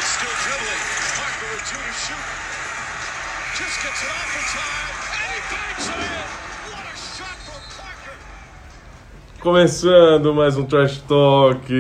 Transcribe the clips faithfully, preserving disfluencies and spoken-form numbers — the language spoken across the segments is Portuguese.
Still dribbling. Parker with two to shoot. Just gets it off in time. And he banks it in. What a shot from Parker. Começando mais um Trash Talk.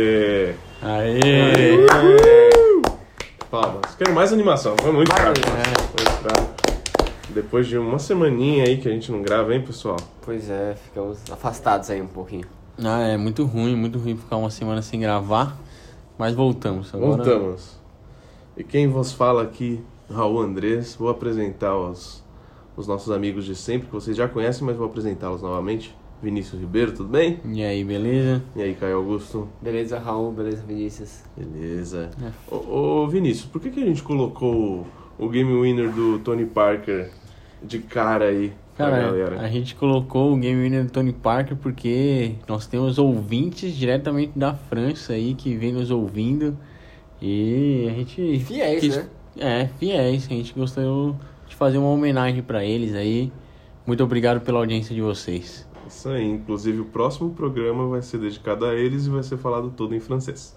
Aê! Palmas. Quero mais animação. Foi muito fraco. É. Muito fraco. Depois de uma semaninha aí que a gente não grava, hein, pessoal? Pois é, ficamos afastados aí um pouquinho. Ah, é muito ruim, muito ruim ficar uma semana sem gravar, mas voltamos. Agora... Voltamos. E quem vos fala aqui, Raul Andrés. Vou apresentar os, os nossos amigos de sempre, que vocês já conhecem, mas vou apresentá-los novamente. Vinícius Ribeiro, tudo bem? E aí, beleza? E aí, Caio Augusto? Beleza, Raul? Beleza, Vinícius? Beleza. É. Ô, ô Vinícius, por que, que a gente colocou o, o Game Winner do Tony Parker de cara aí pra Cara, galera? a gente colocou o Game Winner do Tony Parker porque nós temos ouvintes diretamente da França aí que vem nos ouvindo e a gente... Fiéis, quis- né? É, fiéis. A gente gostaria de fazer uma homenagem pra eles aí. Muito obrigado pela audiência de vocês. Isso aí, inclusive o próximo programa vai ser dedicado a eles e vai ser falado todo em francês.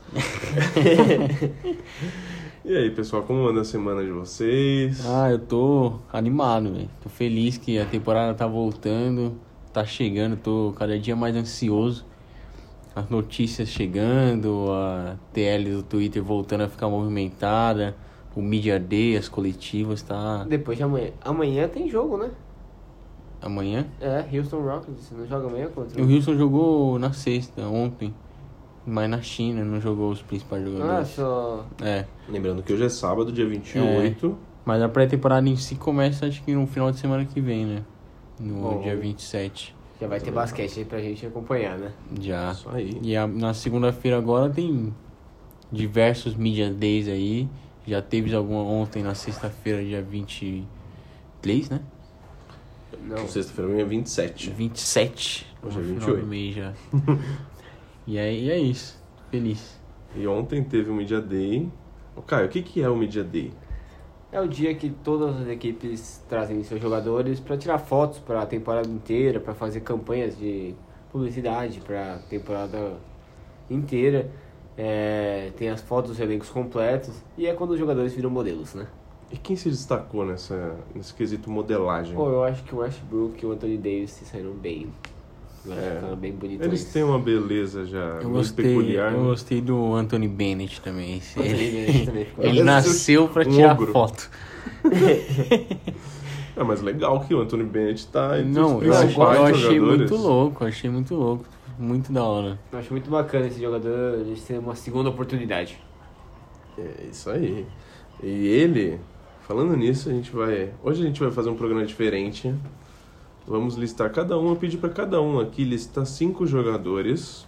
E aí, pessoal, como anda a semana de vocês? Ah, eu tô animado, velho. Tô feliz que a temporada tá voltando, tá chegando, tô cada dia mais ansioso. As notícias chegando, a T L do Twitter voltando a ficar movimentada, o Media Day, as coletivas, tá... Depois de amanhã. Amanhã tem jogo, né? Amanhã? É, Houston Rockets. Você não joga amanhã contra O Houston jogou na sexta, ontem, mas na China, não jogou os principais Ah, jogadores. só... É, Lembrando que hoje é sábado, dia vinte e oito. mas a pré-temporada em si começa acho que no final de semana que vem, né? No Bom. dia vinte e sete. Já vai ter basquete aí pra gente acompanhar, né? Já. Isso aí. E a- na segunda-feira agora tem diversos Media Days aí. Já teve alguma ontem na sexta-feira, dia vinte e três, né? Não. Sexta-feira é vinte e sete. vinte e sete. Hoje é no vinte e final oito. do mês já. E aí é isso. Feliz. E ontem teve o Media Day. Ô, Caio, o que, que é o Media Day? É o dia que todas as equipes trazem seus jogadores pra tirar fotos pra temporada inteira, pra fazer campanhas de publicidade pra temporada inteira. É, tem as fotos dos elencos completos e é quando os jogadores viram modelos, né? E quem se destacou nessa, nesse quesito modelagem? Pô, eu acho que o Westbrook e o Anthony Davis se saíram bem. É. Ficaram bem bonitos. Eles têm uma beleza já Eu muito gostei, peculiar. eu né? gostei do Anthony Bennett também. Esse- Anthony Ele, Davis também ficou- ele Parece nasceu pra um tirar ogro. foto. É, mas legal que o Anthony Bennett tá entre Não, os eu, achei- principais eu achei jogadores. muito louco, achei muito louco. Muito da hora. Eu acho muito bacana esse jogador, eles terem uma segunda oportunidade. É isso aí. E ele, falando nisso, a gente vai. Hoje a gente vai fazer um programa diferente. Vamos listar cada um, eu pedi para cada um aqui listar cinco jogadores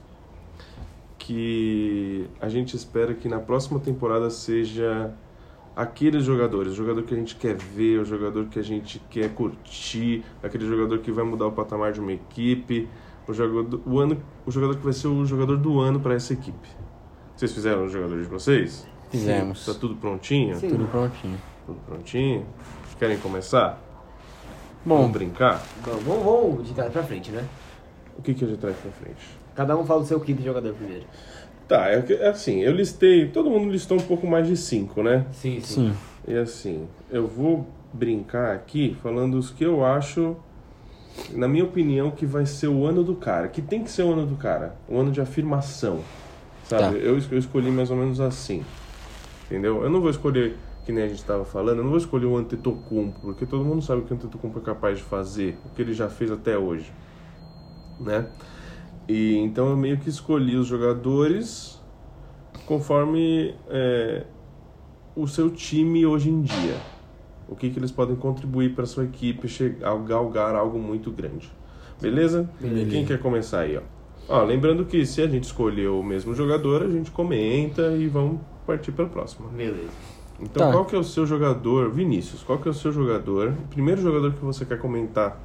que a gente espera que na próxima temporada seja aqueles jogadores, o jogador que a gente quer ver, o jogador que a gente quer curtir, aquele jogador que vai mudar o patamar de uma equipe, o jogador, o ano, o jogador que vai ser o jogador do ano para essa equipe. Vocês fizeram os jogadores de vocês? Fizemos. Tá tudo prontinho? Sim. Tudo prontinho. Tudo prontinho? Querem começar? Bom, Vamos brincar? Bom, vamos, vamos de trás pra frente, né? O que que é de trás pra frente? Cada um fala o seu quinto jogador primeiro. Tá, é, que- é assim, eu listei, todo mundo listou um pouco mais de cinco, né? Sim, sim. E assim, eu vou brincar aqui falando os que eu acho, na minha opinião, que vai ser o ano do cara, que tem que ser o ano do cara, o ano de afirmação, sabe? Tá. Eu, es- eu escolhi mais ou menos assim, entendeu? Eu não vou escolher, que nem a gente estava falando, eu não vou escolher o Antetokounmpo, porque todo mundo sabe o que o Antetokounmpo é capaz de fazer, o que ele já fez até hoje, né? E então eu meio que escolhi os jogadores conforme é, o seu time hoje em dia. O que, que eles podem contribuir para sua equipe chegar, galgar algo muito grande. Beleza? Beleza. Quem quer começar aí, ó? Ó, lembrando que se a gente escolheu o mesmo jogador, a gente comenta e vamos partir para a próxima. Beleza. Então, Tá. qual que é o seu jogador? Vinícius, qual que é o seu jogador? O primeiro jogador que você quer comentar?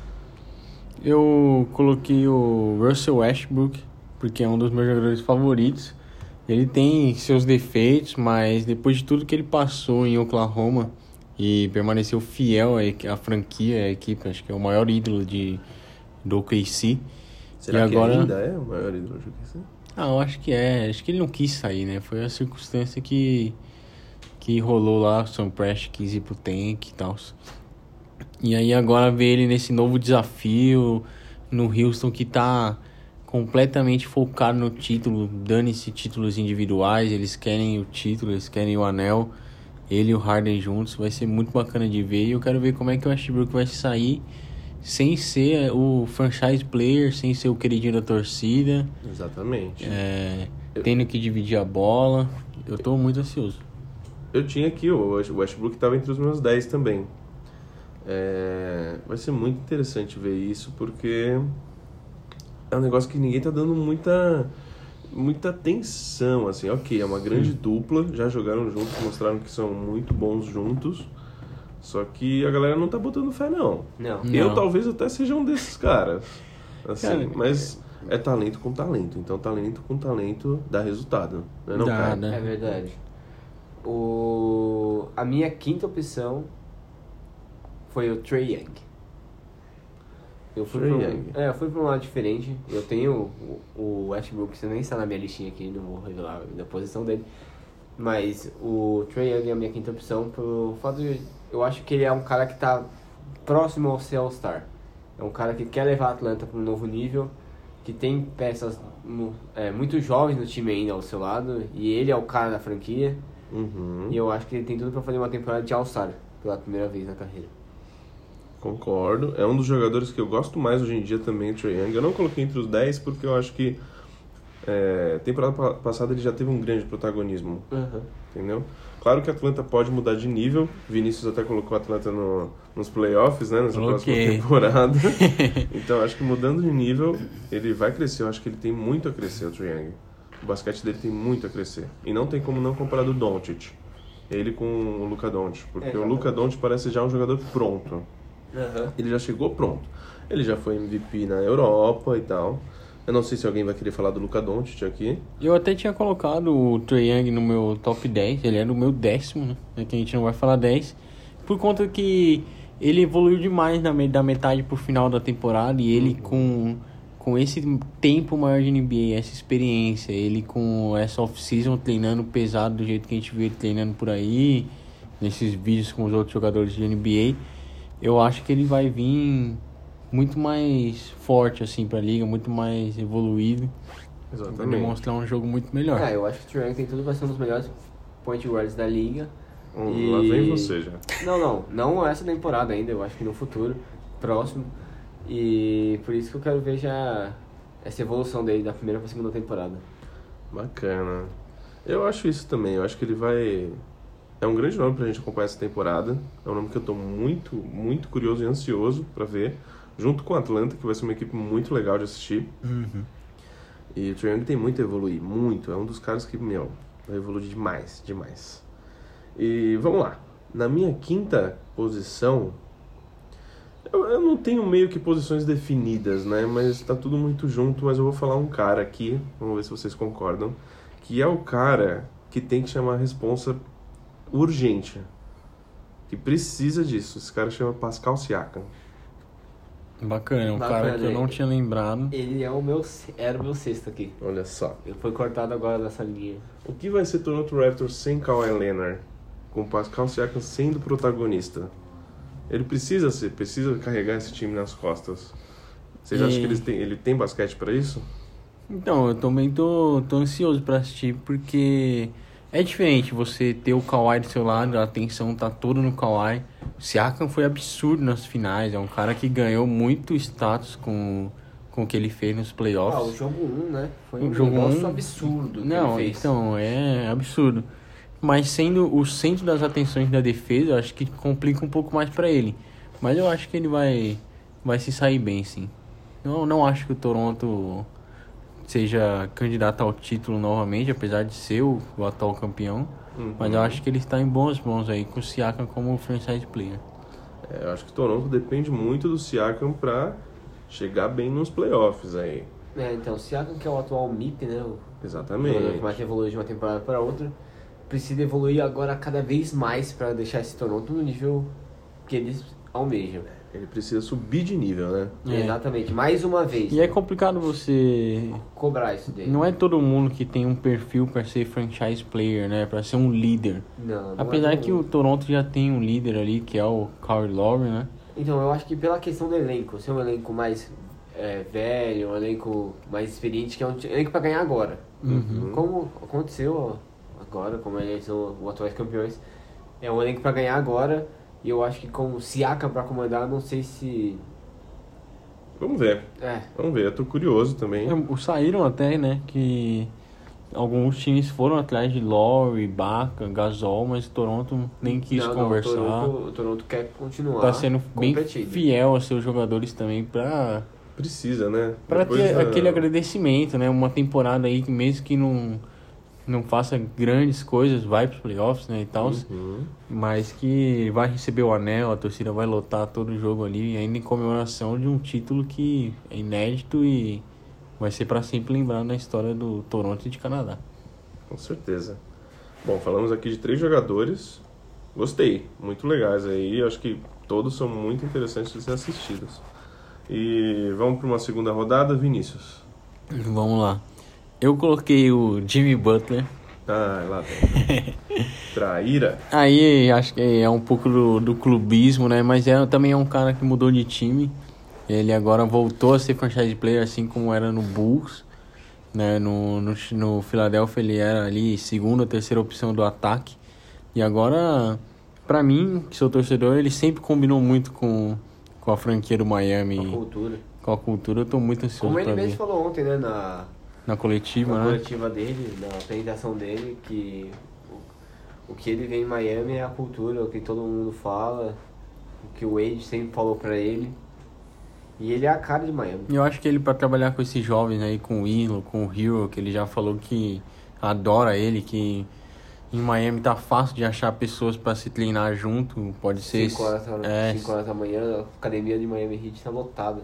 eu coloquei o Russell Westbrook, porque é um dos meus jogadores favoritos. Ele tem seus defeitos, mas depois de tudo que ele passou em Oklahoma e permaneceu fiel à, equi- à franquia, à equipe, acho que é o maior ídolo de, do O K C. Será E que agora- ainda é o maior ídolo do O K C? Ah, eu acho que é. Acho que ele não quis sair, né? Foi a circunstância que que rolou lá, o Sam Prest quis ir pro tank e tal. E aí agora ver ele nesse novo desafio no Houston que tá completamente focado no título, dane-se títulos individuais, eles querem o título, eles querem o anel, ele e o Harden juntos, vai ser muito bacana de ver, e eu quero ver como é que o Westbrook vai sair sem ser o franchise player, sem ser o queridinho da torcida, Exatamente. é, tendo que dividir a bola. Eu tô muito ansioso. Eu tinha aqui, o Westbrook estava entre os meus dez também. É, vai ser muito interessante ver isso, porque é um negócio que ninguém tá dando muita, muita atenção, assim. Ok, é uma grande hum. dupla, já jogaram juntos, mostraram que são muito bons juntos, só que a galera não tá botando fé, não. Não. Eu Não. talvez até seja um desses caras, assim, Cara, mas é talento com talento, então talento com talento dá resultado, né, não, Dá, cara? dá. É verdade. O... A minha quinta opção foi o Trae Young. Eu fui Trae pra um... Young. É, eu fui pra um lado diferente. Eu tenho o, o Westbrook, você nem está na minha listinha aqui, não vou revelar a posição dele. Mas o Trae Young é a minha quinta opção pelo fato de... Eu acho que ele é um cara que tá próximo ao ser All-Star. É um cara que quer levar a Atlanta para um novo nível, que tem peças é, muito jovens no time ainda ao seu lado, e ele é o cara da franquia. Uhum. E eu acho que ele tem tudo para fazer uma temporada de All-Star pela primeira vez na carreira. Concordo. É um dos jogadores que eu gosto mais hoje em dia também, o Trae Young. Eu não coloquei entre os dez porque eu acho que é, temporada passada ele já teve um grande protagonismo. Uhum. Entendeu? Claro que a Atlanta pode mudar de nível. Vinícius até colocou a Atlanta no, nos playoffs, né? Nessa Okay. próxima temporada. Então acho que mudando de nível, ele vai crescer. Eu acho que ele tem muito a crescer, o Trae Young. O basquete dele tem muito a crescer. E não tem como não comparar do Doncic. Ele com o Luka Doncic. Porque É, o Luka Doncic parece já um jogador pronto. Uhum. Ele já chegou pronto. Ele já foi M V P na Europa e tal. Eu não sei se alguém vai querer falar do Luka Doncic aqui. Eu até tinha colocado o Trae Young no meu top dez, ele era o meu décimo, né? É que a gente não vai falar dez. Por conta que ele evoluiu demais na, da metade pro final da temporada, e ele com, com esse tempo maior de N B A, essa experiência, ele com essa off-season treinando pesado do jeito que a gente vê ele treinando por aí, nesses vídeos com os outros jogadores de N B A, eu acho que ele vai vir muito mais forte assim pra liga, muito mais evoluído. Vai Exatamente. demonstrar um jogo muito melhor. Ah, eu acho que o Trae Young tem tudo para ser um dos melhores point guards da liga. Hum, E- Lá vem você já. Não, não, não essa temporada ainda, eu acho que no futuro, próximo. E por isso que eu quero ver já essa evolução dele da primeira pra segunda temporada. Bacana. Eu acho isso também. Eu acho que ele vai... É um grande nome pra gente acompanhar essa temporada. É um nome que eu tô muito, muito curioso e ansioso pra ver. Junto com o Atlanta, que vai ser uma equipe muito legal de assistir. Uhum. E o Trae Young tem muito a evoluir, muito. É um dos caras que, meu, vai evoluir demais, demais. E vamos lá. Na minha quinta posição, eu, eu não tenho meio que posições definidas, né? Mas tá tudo muito junto, mas eu vou falar um cara aqui, vamos ver se vocês concordam, que é o cara que tem que chamar a responsa urgente. Que precisa disso. Esse cara chama Pascal Siakam. Bacana, um Bacana, cara que eu não hein? tinha lembrado. Ele é o meu, era o meu sexto aqui. Olha só. Ele foi cortado agora dessa linha. O que vai ser Toronto Raptors sem Kawhi Leonard? Com Pascal Siakam sendo protagonista? Ele precisa ser, precisa carregar esse time nas costas. Vocês E- acham que eles têm, ele tem basquete pra isso? Então, eu também tô, tô ansioso pra assistir, porque é diferente você ter o Kawhi do seu lado, a atenção tá toda no Kawhi. O Siakam foi absurdo nas finais, é um cara que ganhou muito status com, com o que ele fez nos Ah, o playoffs. jogo um, né? Foi O um jogo negócio um- absurdo que Não, ele fez. então, é absurdo. Mas sendo o centro das atenções da defesa, eu acho que complica um pouco mais pra ele. Mas eu acho que ele vai, vai se sair bem, sim. Eu não acho que o Toronto seja candidato ao título novamente, apesar de ser o, o atual campeão. Uhum. Mas eu acho que ele está em boas mãos aí, com o Siakam como franchise player. É, eu acho que o Toronto depende muito do Siakam pra chegar bem nos playoffs aí. É, então, o Siakam, que é o atual M I P, né? O jogador Exatamente. que mais evoluiu de uma temporada para outra, precisa evoluir agora cada vez mais para deixar esse Toronto no nível que eles almejam. Ele precisa subir de nível, né? É. Exatamente, mais uma vez. E é complicado você... Cobrar isso dele. Não é todo mundo que tem um perfil pra ser franchise player, né? Pra ser um líder. Não, não Apesar é que o Toronto já tem um líder ali, que é o Kyle Lowry, né? Então, eu acho que pela questão do elenco, ser um elenco mais é, velho, um elenco mais experiente, que é um elenco pra ganhar agora. Uhum. Como aconteceu ó, agora, como eles são os atuais campeões, é um elenco pra ganhar agora. E eu acho que com o Siakam pra comandar, não sei se... Vamos ver. É, Vamos ver. Eu tô curioso também. É, saíram até, né, que alguns times foram atrás de Lowry, Baca, Gasol, mas Toronto nem quis não, não, conversar. o Toronto, o Toronto quer continuar Tá sendo bem competindo. fiel aos seus jogadores também pra, Precisa, né? pra Depois ter da- aquele agradecimento, né? Uma temporada aí que mesmo que não, não faça grandes coisas, vai pros playoffs, né, e tal, Uhum. mas que vai receber o anel, a torcida vai lotar todo o jogo ali, ainda em comemoração de um título que é inédito e vai ser pra sempre lembrado na história do Toronto e de Canadá. Com certeza. Bom, falamos aqui de três jogadores. Gostei. Muito legais aí. Acho que todos são muito interessantes de ser assistidos. E vamos para uma segunda rodada, Vinícius. Vamos lá. Eu coloquei o Jimmy Butler. Ah, lá vem. Traíra. Aí acho que é um pouco do, do clubismo, né? Mas é, também é um cara que mudou de time. Ele agora voltou a ser franchise player, assim como era no Bulls. Né? No, no, no Philadelphia ele era ali segunda, terceira opção do ataque. E agora, pra mim, que sou torcedor, ele sempre combinou muito com, com a franquia do Miami. A cultura. Com a cultura, eu tô muito ansioso Como ele pra mesmo ver. falou ontem, né, na, Na coletiva, na né? coletiva dele, na apresentação dele, que o, o que ele vê em Miami é a cultura, o que todo mundo fala, o que o Wade sempre falou pra ele. E ele é a cara de Miami. Eu acho que ele, pra trabalhar com esses jovens aí, com o Ilo, com o Hero, que ele já falou que adora ele, que em Miami tá fácil de achar pessoas pra se treinar junto, pode ser... cinco horas, é, cinco horas da manhã, a academia de Miami Heat tá lotada.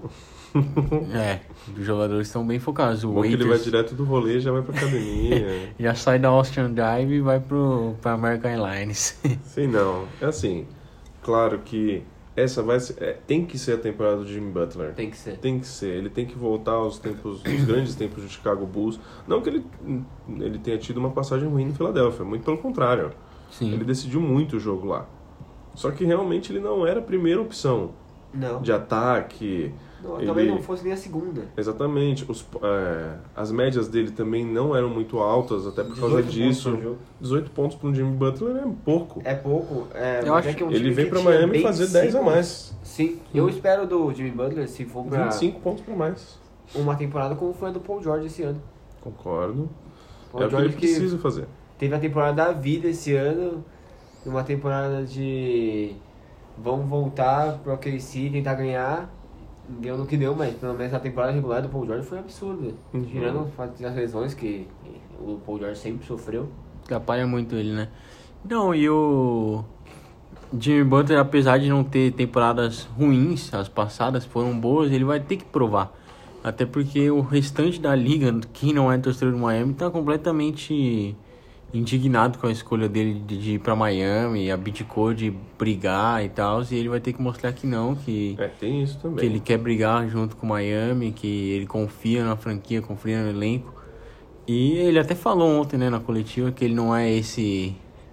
é, os jogadores estão bem focados. O Bom que ele vai Waiters direto do rolê e já vai pra academia. já sai da Austrian Drive e vai pro, pra American Airlines. Sei não. É assim, claro que essa vai ser, é, tem que ser a temporada do Jimmy Butler. Tem que ser. Tem que ser. Ele tem que voltar aos tempos, os grandes tempos do Chicago Bulls. Não que ele, ele tenha tido uma passagem ruim no Philadelphia, muito pelo contrário. Sim. Ele decidiu muito o jogo lá. Só que realmente ele não era a primeira opção Não. de ataque. Não, ele- Talvez não fosse nem a segunda. Exatamente. Os, é, as médias dele também não eram muito altas, até por causa dezoito pontos disso. por jogo. dezoito pontos para um Jimmy Butler é pouco. É pouco. É, Eu mas acho é que é um Ele time vem que pra tinha Miami bem fazer dez a cinco- mais. Sim, eu espero do Jimmy Butler, se for pra vinte e cinco pontos para mais. uma temporada como foi a do Paul George esse ano. Concordo. Paul é o que ele George que precisa fazer. teve a temporada da vida esse ano, uma temporada de vamos voltar pro O K C, tentar ganhar. Deu no que deu, mas pelo menos a temporada regular do Paul George foi absurda. Uhum. Tirando as lesões que o Paul George sempre sofreu. Atrapalha muito ele, né? Não, e o Jimmy Butler, apesar de não ter temporadas ruins, as passadas foram boas, ele vai ter que provar. Até porque o restante da liga, quem não é torcedor do Miami, tá completamente indignado com a escolha dele de, de ir pra Miami, abdicou de brigar e tal, e ele vai ter que mostrar que não, que, É, tem isso também. que ele quer brigar junto com o Miami, que ele confia na franquia, confia no elenco. E ele até falou ontem, né, na coletiva, que ele não é esse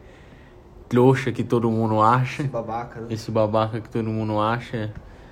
trouxa que todo mundo acha, Esse babaca, né? esse babaca que todo mundo acha,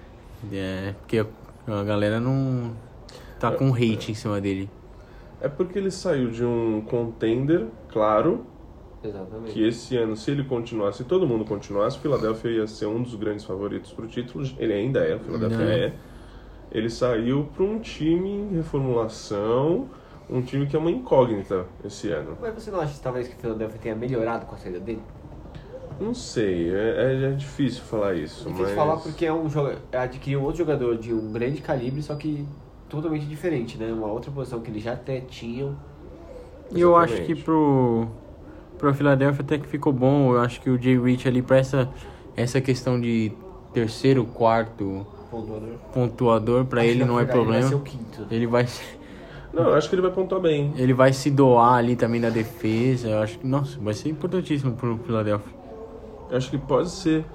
é, porque a galera não tá com hate em cima dele. É porque ele saiu de um contender, claro, Exatamente. que esse ano, se ele continuasse, se todo mundo continuasse, o Philadelphia ia ser um dos grandes favoritos pro título. Ele ainda é, o Philadelphia Não. é. Ele saiu para um time em reformulação, um time que é uma incógnita esse ano. Mas você não acha talvez que o Philadelphia tenha melhorado com a saída dele? Não sei, é, é, é difícil falar isso, É difícil mas... falar porque é um joga... adquiriu um outro jogador de um grande calibre, só que totalmente diferente, né? Uma outra posição que eles já até tinham. E eu acho Exatamente. que pro, pro Philadelphia até que ficou bom. Eu acho que o Jay Rich ali, pra essa, essa questão de terceiro, quarto Pontuador. pontuador, pra Acho ele que, não na é verdade, problema. Vai ser o quinto. Ele vai, Não, eu acho que ele vai pontuar bem. ele vai se doar ali também na defesa. Eu acho que, nossa, vai ser importantíssimo pro Philadelphia. Eu acho que pode ser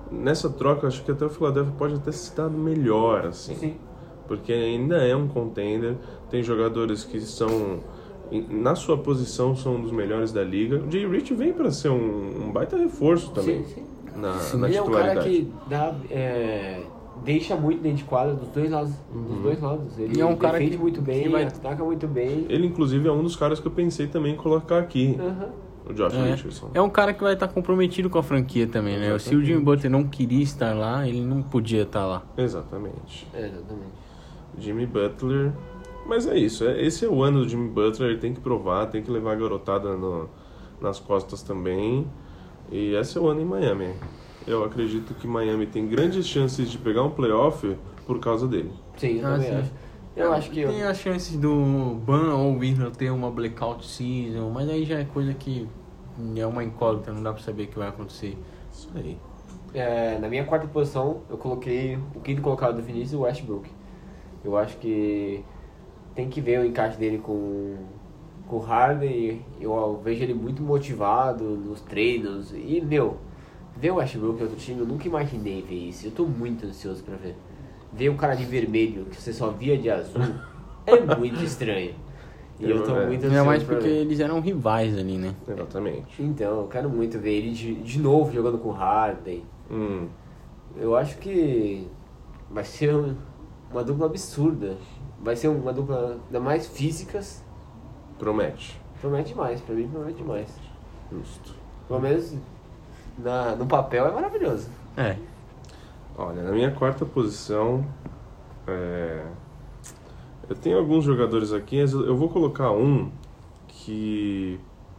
nessa troca, acho que até o Philadelphia pode até se dar melhor, assim. Sim. Porque ainda é um contender, tem jogadores que são, na sua posição, são um dos melhores da liga. O Jay Rich vem para ser um, um baita reforço também, Sim, sim. na, Sim, na ele é um cara titularidade. que dá, é, deixa muito dentro de quadra dos dois lados. Dos dois lados. Ele E é um cara defende que- muito bem, que vai- ataca muito bem. Ele, inclusive, é um dos caras que eu pensei também em colocar aqui, Aham. o Josh É. Richardson. É um cara que vai estar comprometido com a franquia também, né? Se o Jimmy Butler não queria estar lá, ele não podia estar lá. Exatamente. É, exatamente. Jimmy Butler. Mas é isso, é- esse é o ano do Jimmy Butler, ele tem que provar, tem que levar a garotada no- nas costas também. E esse é o ano em Miami. Eu acredito que Miami tem grandes chances de pegar um playoff por causa dele. Sim, eu Ah, também sim. acho. Eu acho que... Tem as chances do Ban ou Wizard ter uma blackout season, mas aí já é coisa que é uma incógnita, não dá pra saber o que vai acontecer. Isso aí. É, na minha quarta posição, eu coloquei o quinto colocado do Vinícius, o Westbrook. Eu acho que tem que ver o encaixe dele com, com o Harden. Eu vejo ele muito motivado nos treinos. E, meu, ver o Westbrook em outro time, eu nunca imaginei ver isso. Eu tô muito ansioso pra ver. Ver um cara de vermelho, que você só via de azul, é muito estranho. E eu tô É. muito Ainda ansioso mais pra porque ver. eles eram rivais ali, né? Exatamente. Então, eu quero muito ver ele de, de novo jogando com o Harden. Hum. Eu acho que vai ser um- uma dupla absurda. Vai ser uma dupla ainda mais físicas. Promete. Promete demais, pra mim promete demais. Justo. Pelo menos na, no papel é maravilhoso. É. Olha, na minha quarta posição, é, eu tenho alguns jogadores aqui, mas eu eu vou colocar um que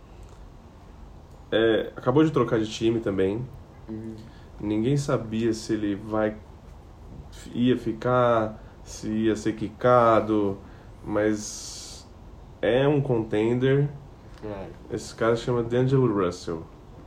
é, acabou de trocar de time também. Ninguém sabia se ele vai ia ficar, se ia ser quicado, mas é um contender. É. Esse cara chama D'Angelo Russell.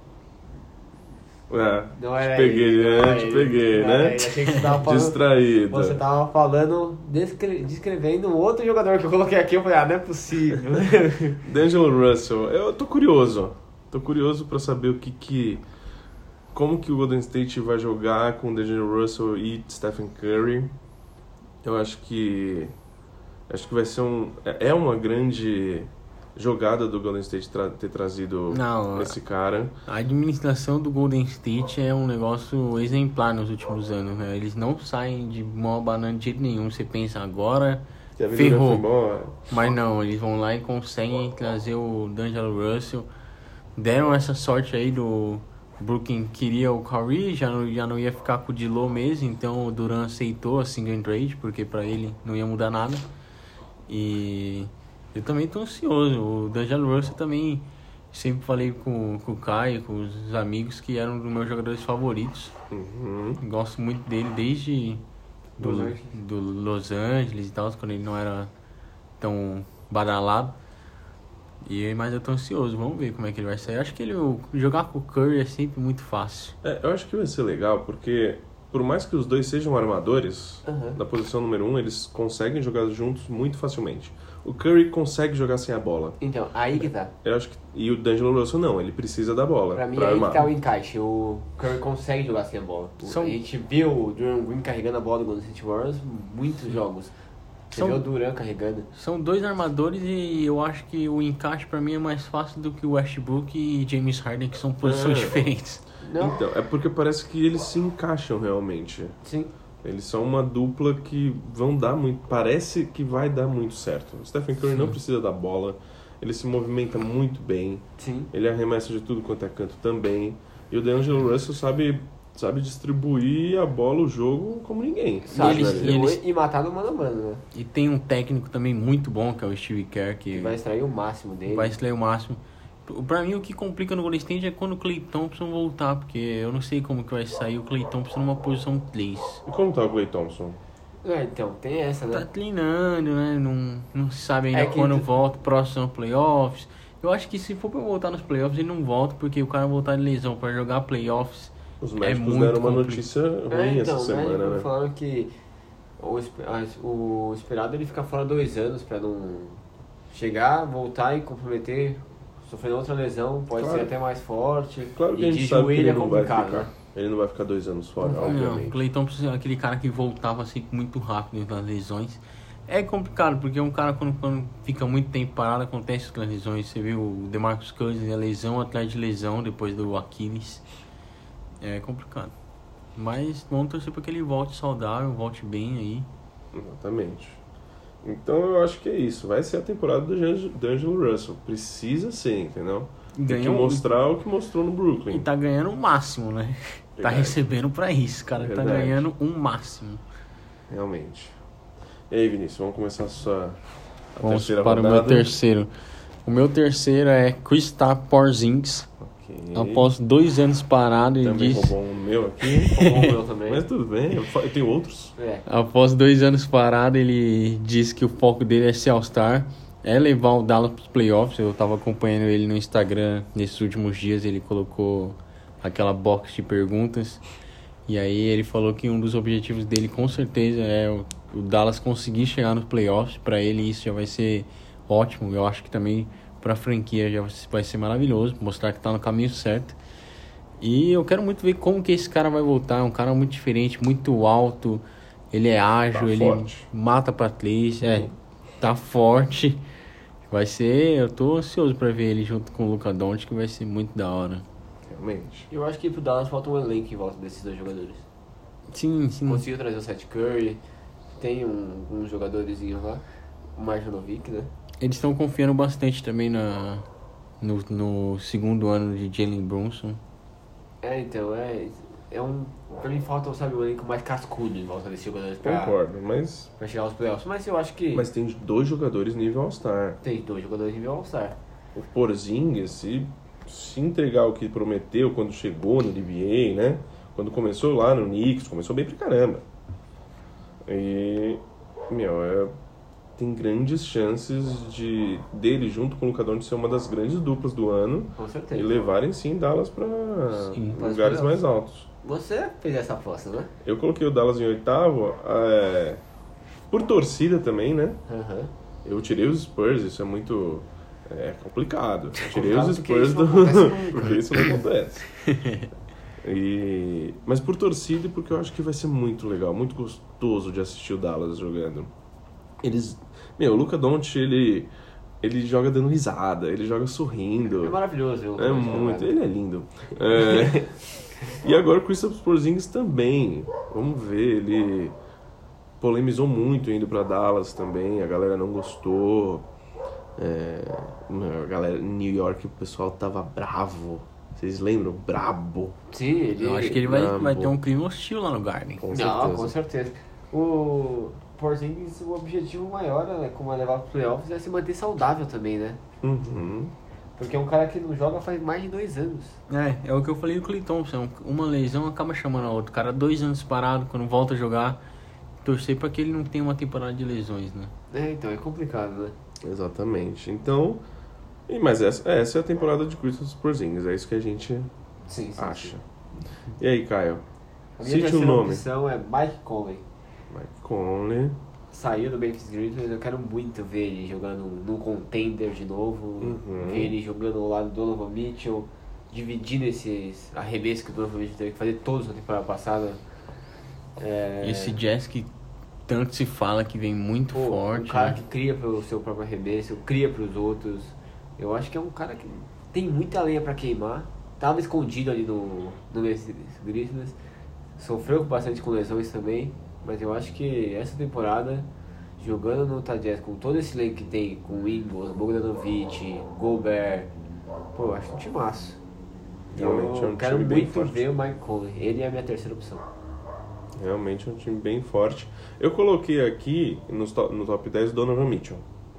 É, Não era te peguei, ele, não né? era Te ele. peguei, Não era né? ele, achei que você tava falando- Distraído. Você tava falando, descre- descrevendo um outro jogador que eu coloquei aqui. Eu falei, ah, não é possível. D'Angelo Russell, eu tô curioso. Tô curioso pra saber o que que... Como que o Golden State vai jogar com D'Angelo Russell e Stephen Curry. Eu acho que... Acho que vai ser um... É é uma grande jogada do Golden State tra- ter trazido Não, esse cara. A administração do Golden State é um negócio exemplar nos últimos anos, né? Eles não saem de mão abanando de jeito nenhum. Você pensa agora, Que a vida ferrou. foi boa. Mas não, eles vão lá e conseguem trazer o D'Angelo Russell. Deram essa sorte aí do Brooklyn, queria o Curry, já não, já não ia ficar com o D'Lo mesmo, então o Durant aceitou a single trade, porque pra ele não ia mudar nada. E eu também tô ansioso. O D'Angelo Russell também, sempre falei com, com o Caio, com os amigos, que era um dos meus jogadores favoritos. Uhum. Gosto muito dele desde do Los Los Angeles. Angeles, do Los Angeles e tal, quando ele não era tão badalado. E, mas eu tô ansioso, vamos ver como é que ele vai sair. Acho que ele, o- jogar com o Curry é sempre muito fácil. É, eu acho que vai ser legal, porque por mais que os dois sejam armadores, Aham. da posição número um, eles conseguem jogar juntos muito facilmente. O Curry consegue jogar sem a bola. Então, aí que tá. Eu acho que, e o D'Angelo Russell não, ele precisa da bola Pra mim, pra aí armar. que tá o encaixe. O Curry consegue jogar sem a bola. O- São- A gente viu o Durant Green carregando a bola do Golden State Warriors muitos jogos. Você São- vê o Durant carregando. São dois armadores e eu acho que o encaixe pra mim é mais fácil do que o Westbrook e James Harden, que são posições É. diferentes. Não, Então, é porque parece que eles se encaixam realmente. sim. Eles são uma dupla que vão dar muito... Parece que vai dar muito certo. O Stephen Curry Sim. não precisa da bola. Ele se movimenta muito bem. Sim. Ele arremessa de tudo quanto é canto também. E o D'Angelo Russell sabe, sabe distribuir a bola, o jogo, como ninguém. Sabe, eles- né? distribuir eles- e matar no mano a mano, né? E tem um técnico também muito bom, que é o Steve Kerr, que Que vai extrair o máximo dele. vai extrair o máximo. Pra mim, o que complica no Golden State é quando o Klay Thompson voltar, porque eu não sei como que vai sair o Klay Thompson numa posição três. E como tá o Klay Thompson? É, então, tem essa, Tá né? treinando, né? Não, não se sabe ainda É que quando tu- volta, próximo playoffs. Eu acho que se for pra voltar nos playoffs, ele não volta, porque o cara voltar de lesão pra jogar playoffs. Os É médicos muito deram uma compli- notícia É, ruim então, essa né? semana, né? Falaram que o, espe- as- o esperado é ele ficar fora dois anos pra não chegar, voltar e comprometer, sofrendo outra lesão, pode Claro. ser até mais forte. Claro que e a de gente sabe que joelho ele é não vai complicado, ficar. né? Ele não vai ficar dois anos fora, Não, obviamente. o Klay Thompson é aquele cara que voltava assim muito rápido nas lesões. É complicado, porque um cara quando, quando fica muito tempo parado, acontece com as lesões. Você viu o DeMarcus Cousins, a lesão atrás de lesão depois do Aquiles. É complicado. Mas vamos torcer para que ele volte saudável, volte bem aí. Exatamente. Então eu acho que é isso. Vai ser a temporada do D'Angelo Russell. Precisa ser, entendeu? Tem que Ganhou- mostrar o que mostrou no Brooklyn. E tá ganhando o máximo, né? Tá Verdade. recebendo pra isso, cara. Tá Verdade. ganhando um máximo. Realmente. E aí, Vinícius, vamos começar a sua a Vamos terceira para rodada. o meu terceiro. O meu terceiro é Kristaps Porzingis. Ok. Após dois anos parado, ele Também disse... roubou um meu aqui. Roubou o meu também. Mas tudo bem, eu fa- eu tenho outros. É. Após dois anos parado, ele disse que o foco dele é ser All-Star, é levar o Dallas para os playoffs. Eu tava acompanhando ele no Instagram nesses últimos dias, ele colocou aquela box de perguntas. E aí ele falou que um dos objetivos dele com certeza é o, o Dallas conseguir chegar nos playoffs. Para ele isso já vai ser ótimo. Eu acho que também para a franquia já vai ser maravilhoso, mostrar que tá no caminho certo. E eu quero muito ver como que esse cara vai voltar. É um cara muito diferente, muito alto. Ele é ágil, Tá ele forte. mata pra três. É, tá forte. Vai ser... Eu tô ansioso pra ver ele junto com o Luka Doncic, que vai ser muito da hora. Realmente. Eu acho que pro Dallas falta um elenco em volta desses dois jogadores. Sim, sim. Conseguiu trazer o Seth Curry, tem um, uns jogadores lá, o Marjanovic, né? Eles estão confiando bastante também na, no, no segundo ano de Jalen Brunson. É, então, é, é um... Pra mim falta, sabe, um elenco mais cascudo em volta desses jogadores pra, Concordo, mas, pra chegar aos playoffs. Mas eu acho que mas tem dois jogadores nível All-Star. tem dois jogadores nível All-Star. O Porzingis, se, se entregar o que prometeu quando chegou no N B A, né? Quando começou lá no Knicks, começou bem pra caramba. E, meu, é, tem grandes chances de dele junto com o Luka Doncic ser uma das grandes duplas do ano Com certeza. e levarem sim Dallas pra Sim, mas lugares foi- mais altos. Você fez essa aposta, né? Eu coloquei o Dallas em oitavo, é, por torcida também, né? Aham. Eu tirei os Spurs, isso é muito é, complicado. Eu tirei os Complicado porque Spurs isso do... não acontece nunca. porque isso não acontece. E... Mas por torcida e porque eu acho que vai ser muito legal, muito gostoso de assistir o Dallas jogando. Eles... Meu, o Luka Doncic, ele... ele joga dando risada, ele joga sorrindo. É maravilhoso. viu? É muito, ele é lindo. É, e agora o Kristaps Porzingis também. Vamos ver, ele polemizou muito indo pra Dallas também, a galera não gostou. É, a galera em New York, o pessoal tava bravo. Vocês lembram? Brabo. Sim, ele... Eu acho que ele vai, Não, vai pô. ter um clima hostil lá no Garden. Com Não, certeza. com certeza. O Porzingis, o objetivo maior, né, como é levar para playoffs, é se manter saudável também, né? Uhum. Porque é um cara que não joga faz mais de dois anos. É, é o que eu falei do Klay Thompson. Uma lesão acaba chamando a outra. O cara dois anos parado, quando volta a jogar, torcer pra que ele não tenha uma temporada de lesões, né? É, então, é complicado, né? Exatamente. Então, e, mas essa, essa é a temporada de Kristaps Porzingis, é isso que a gente Sim, sim. acha. sim. E aí, Caio? A minha Cite o terceira nome. opção é Mike Conley. Mike Conley. Saiu do Memphis Grizzlies, eu quero muito ver ele jogando no contender de novo, Uhum. ver ele jogando ao lado do Donovan Mitchell, dividindo esses arremessos que o Donovan Mitchell teve que fazer todos na temporada passada. É... Esse Jazz que tanto se fala que vem muito Pô, forte. um cara né? que cria pelo seu próprio arremesso, cria pros outros. Eu acho que é um cara que tem muita lenha pra queimar. Tava escondido ali no, no Memphis Grizzlies. Sofreu bastante com lesões também. Mas eu acho que essa temporada, jogando no Utah Jazz com todo esse elenco que tem, com Ingles, Bogdanovic, Gobert, pô, eu acho um timaço. Realmente Eu é um quero time bem muito forte. ver o Mike Conley. Ele é a minha terceira opção. Realmente é um time bem forte. Eu coloquei aqui no top, no top dez o Donovan Mitchell.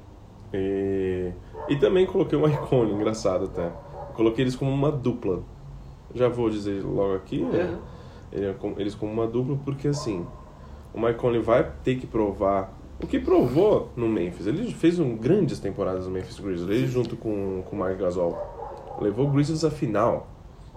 E, e também coloquei o Mike Conley, engraçado até. Coloquei eles como uma dupla. Já vou dizer logo aqui, né? Ele é como- eles como uma dupla porque assim, o Mike Conley vai ter que provar o que provou no Memphis. Ele fez um, grandes temporadas no Memphis Grizzlies, ele junto com, com o Mark Gasol. Levou o Grizzlies à final.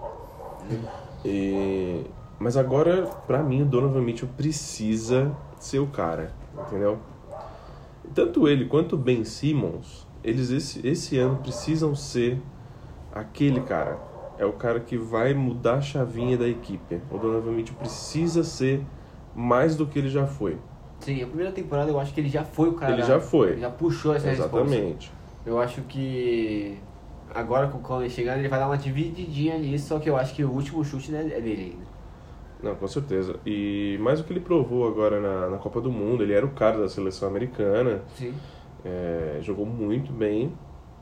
E, mas agora, pra mim, o Donovan Mitchell precisa ser o cara, entendeu? Tanto ele quanto o Ben Simmons, eles esse, esse ano precisam ser aquele cara. é o cara que vai mudar a chavinha da equipe. O Donovan Mitchell precisa ser mais do que ele já foi. Sim, a primeira temporada eu acho que ele já foi o cara. Ele já foi. Já puxou essa resposta. Exatamente. Eu acho que agora com o Conley chegando, ele vai dar uma divididinha nisso, só que eu acho que o último chute né, é dele ainda. Não, com certeza. E mais o que ele provou agora na, na Copa do Mundo, ele era o cara da seleção americana. Sim. É, jogou muito bem.